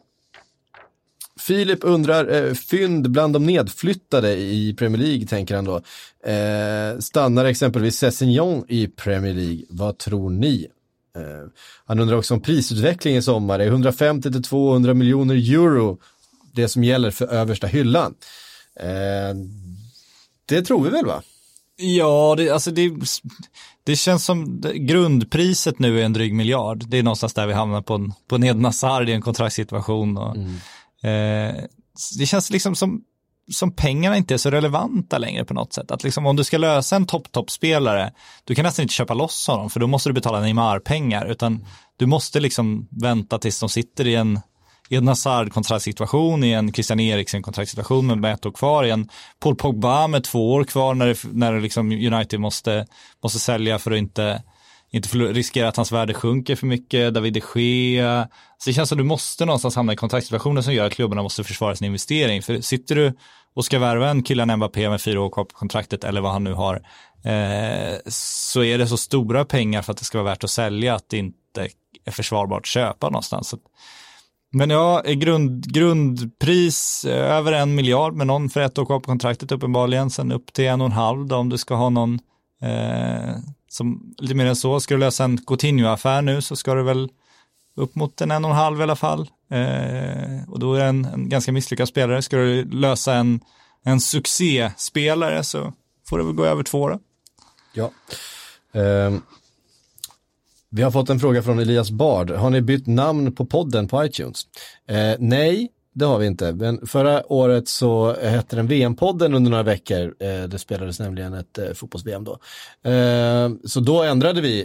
Filip undrar, eh, fynd bland de nedflyttade i Premier League, tänker han då. Eh, stannar exempelvis Sessignon i Premier League? Vad tror ni? Eh, han undrar också om prisutveckling i sommar. Är hundrafemtio till tvåhundra miljoner euro det som gäller för översta hyllan? Eh, det tror vi väl, va? Ja, det, alltså det, det känns som grundpriset nu är en dryg miljard. Det är någonstans där vi hamnar på en, på en Eden Hazard i en kontraktssituation. Och, mm. eh, det känns liksom som, som pengarna inte är så relevanta längre på något sätt. Att liksom, om du ska lösa en topp-topp-spelare, du kan nästan inte köpa loss honom, för då måste du betala Neymar-pengar. Utan du måste liksom vänta tills de sitter i en Eden Hazard-kontraktsituation, i en Christian Eriksen-kontraktsituation med ett år kvar, i en Paul Pogba med två år kvar när, det, när liksom United måste, måste sälja för att inte, inte riskera att hans värde sjunker för mycket, David de Gea. Så det känns som att du måste någonstans hamna i kontraktsituationer som gör att klubbarna måste försvara sin investering. För sitter du och ska värva en Kylian Mbappé med fyra år kvar på kontraktet, eller vad han nu har, eh, så är det så stora pengar för att det ska vara värt att sälja att det inte är försvarbart att köpa någonstans. Så men ja, grund, grundpris över en miljard med någon för ett år kvar på kontraktet uppenbarligen, sen upp till en och en halv då, om du ska ha någon eh, som lite mer än så. Ska du lösa en Coutinho-affär nu, så ska du väl upp mot en en och en halv i alla fall. Eh, och då är det en, en ganska misslyckad spelare. Ska du lösa en, en succéspelare, så får det väl gå över två då. Ja. Um. Vi har fått en fråga från Elias Bard. Har ni bytt namn på podden på iTunes? Eh, nej, det har vi inte. Men förra året så hette den V M-podden under några veckor. Eh, det spelades nämligen ett eh, fotbolls-V M då. Eh, så då ändrade vi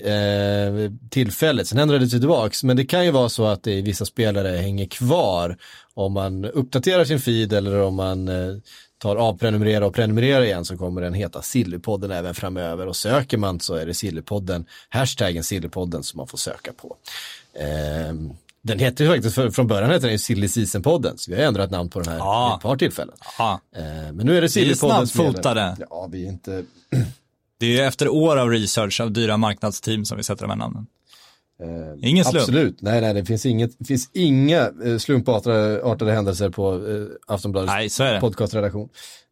eh, tillfället. Sen ändrade det tillbaks. Men det kan ju vara så att det i vissa spelare hänger kvar om man uppdaterar sin feed eller om man eh, tar avprenumerera och prenumerera igen, så kommer den heta Sillypodden även framöver. Och söker man så är det Sillypodden, hashtaggen Sillypodden som man får söka på. Eh, Den heter ju faktiskt, för, från början heter den ju Silly Season-podden, så vi har ändrat namn på den här ja. ett par tillfällen. Ja. Eh, men nu är det Sillypodden. Vi är snabbfotade. Ja, vi är inte... Det är ju efter år av research av dyra marknadsteam som vi sätter de här namnen. Eh, Ingen slump. Absolut, nej, nej, det finns, inget, det finns inga eh, slumpartade händelser på eh, Aftonbladets nej, podcastredaktion.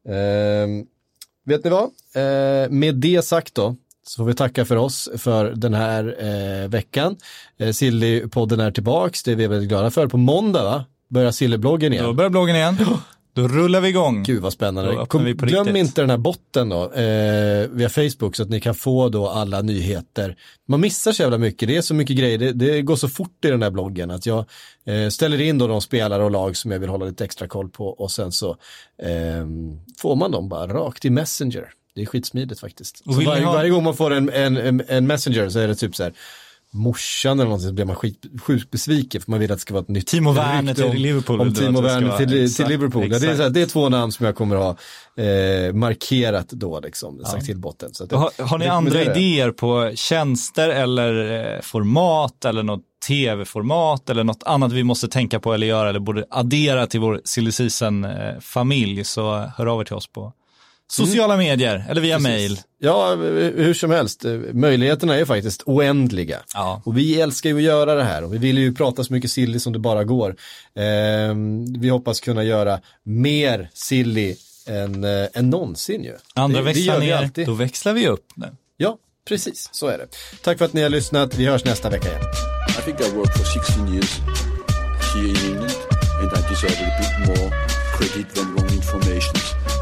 Eh, vet ni vad? Eh, med det sagt då, så får vi tacka för oss för den här eh, veckan. Eh, Sillypodden är tillbaks, det är vi väldigt glada för. På måndag va? Börjar Sillybloggen igen. Då börjar bloggen igen. Då rullar vi igång. Gud vad spännande. Kom, vi glöm riktigt. inte den här botten då, eh, via Facebook, så att ni kan få då alla nyheter. Man missar så jävla mycket, det är så mycket grejer, det, det går så fort i den här bloggen att jag eh, ställer in då de spelare och lag som jag vill hålla lite extra koll på, och sen så eh, får man dem bara rakt i Messenger. Det är skitsmidigt faktiskt. Så varje, ha... varje gång man får en, en, en Messenger så är det typ så här morsan eller någonting, så blir man skit, sjukt besviken för man vill att det ska vara ett nytt Timo Werner till Liverpool. Om Timo Werner till, till Liverpool. Ja, det, är så här, det är två namn som jag kommer ha eh, markerat då liksom, sagt ja. till botten. Så att det, har, har ni andra idéer på tjänster eller eh, format eller något tv-format eller något annat vi måste tänka på eller göra eller borde addera till vår Silly Season-familj, så hör av er till oss på sociala mm. medier eller via Precis. mail. Ja, hur som helst. Möjligheterna är faktiskt oändliga. Ja. Och vi älskar ju att göra det här. Och vi vill ju prata så mycket silly som det bara går. Eh, vi hoppas kunna göra mer silly än, äh, än någonsin ju. Andra det, växlar ner, då växlar vi upp. Nej. Ja, precis. Så är det. Tack för att ni har lyssnat. Vi hörs nästa vecka igen. I think I worked for sixteen years here in England and I deserve a bit more credit than wrong information.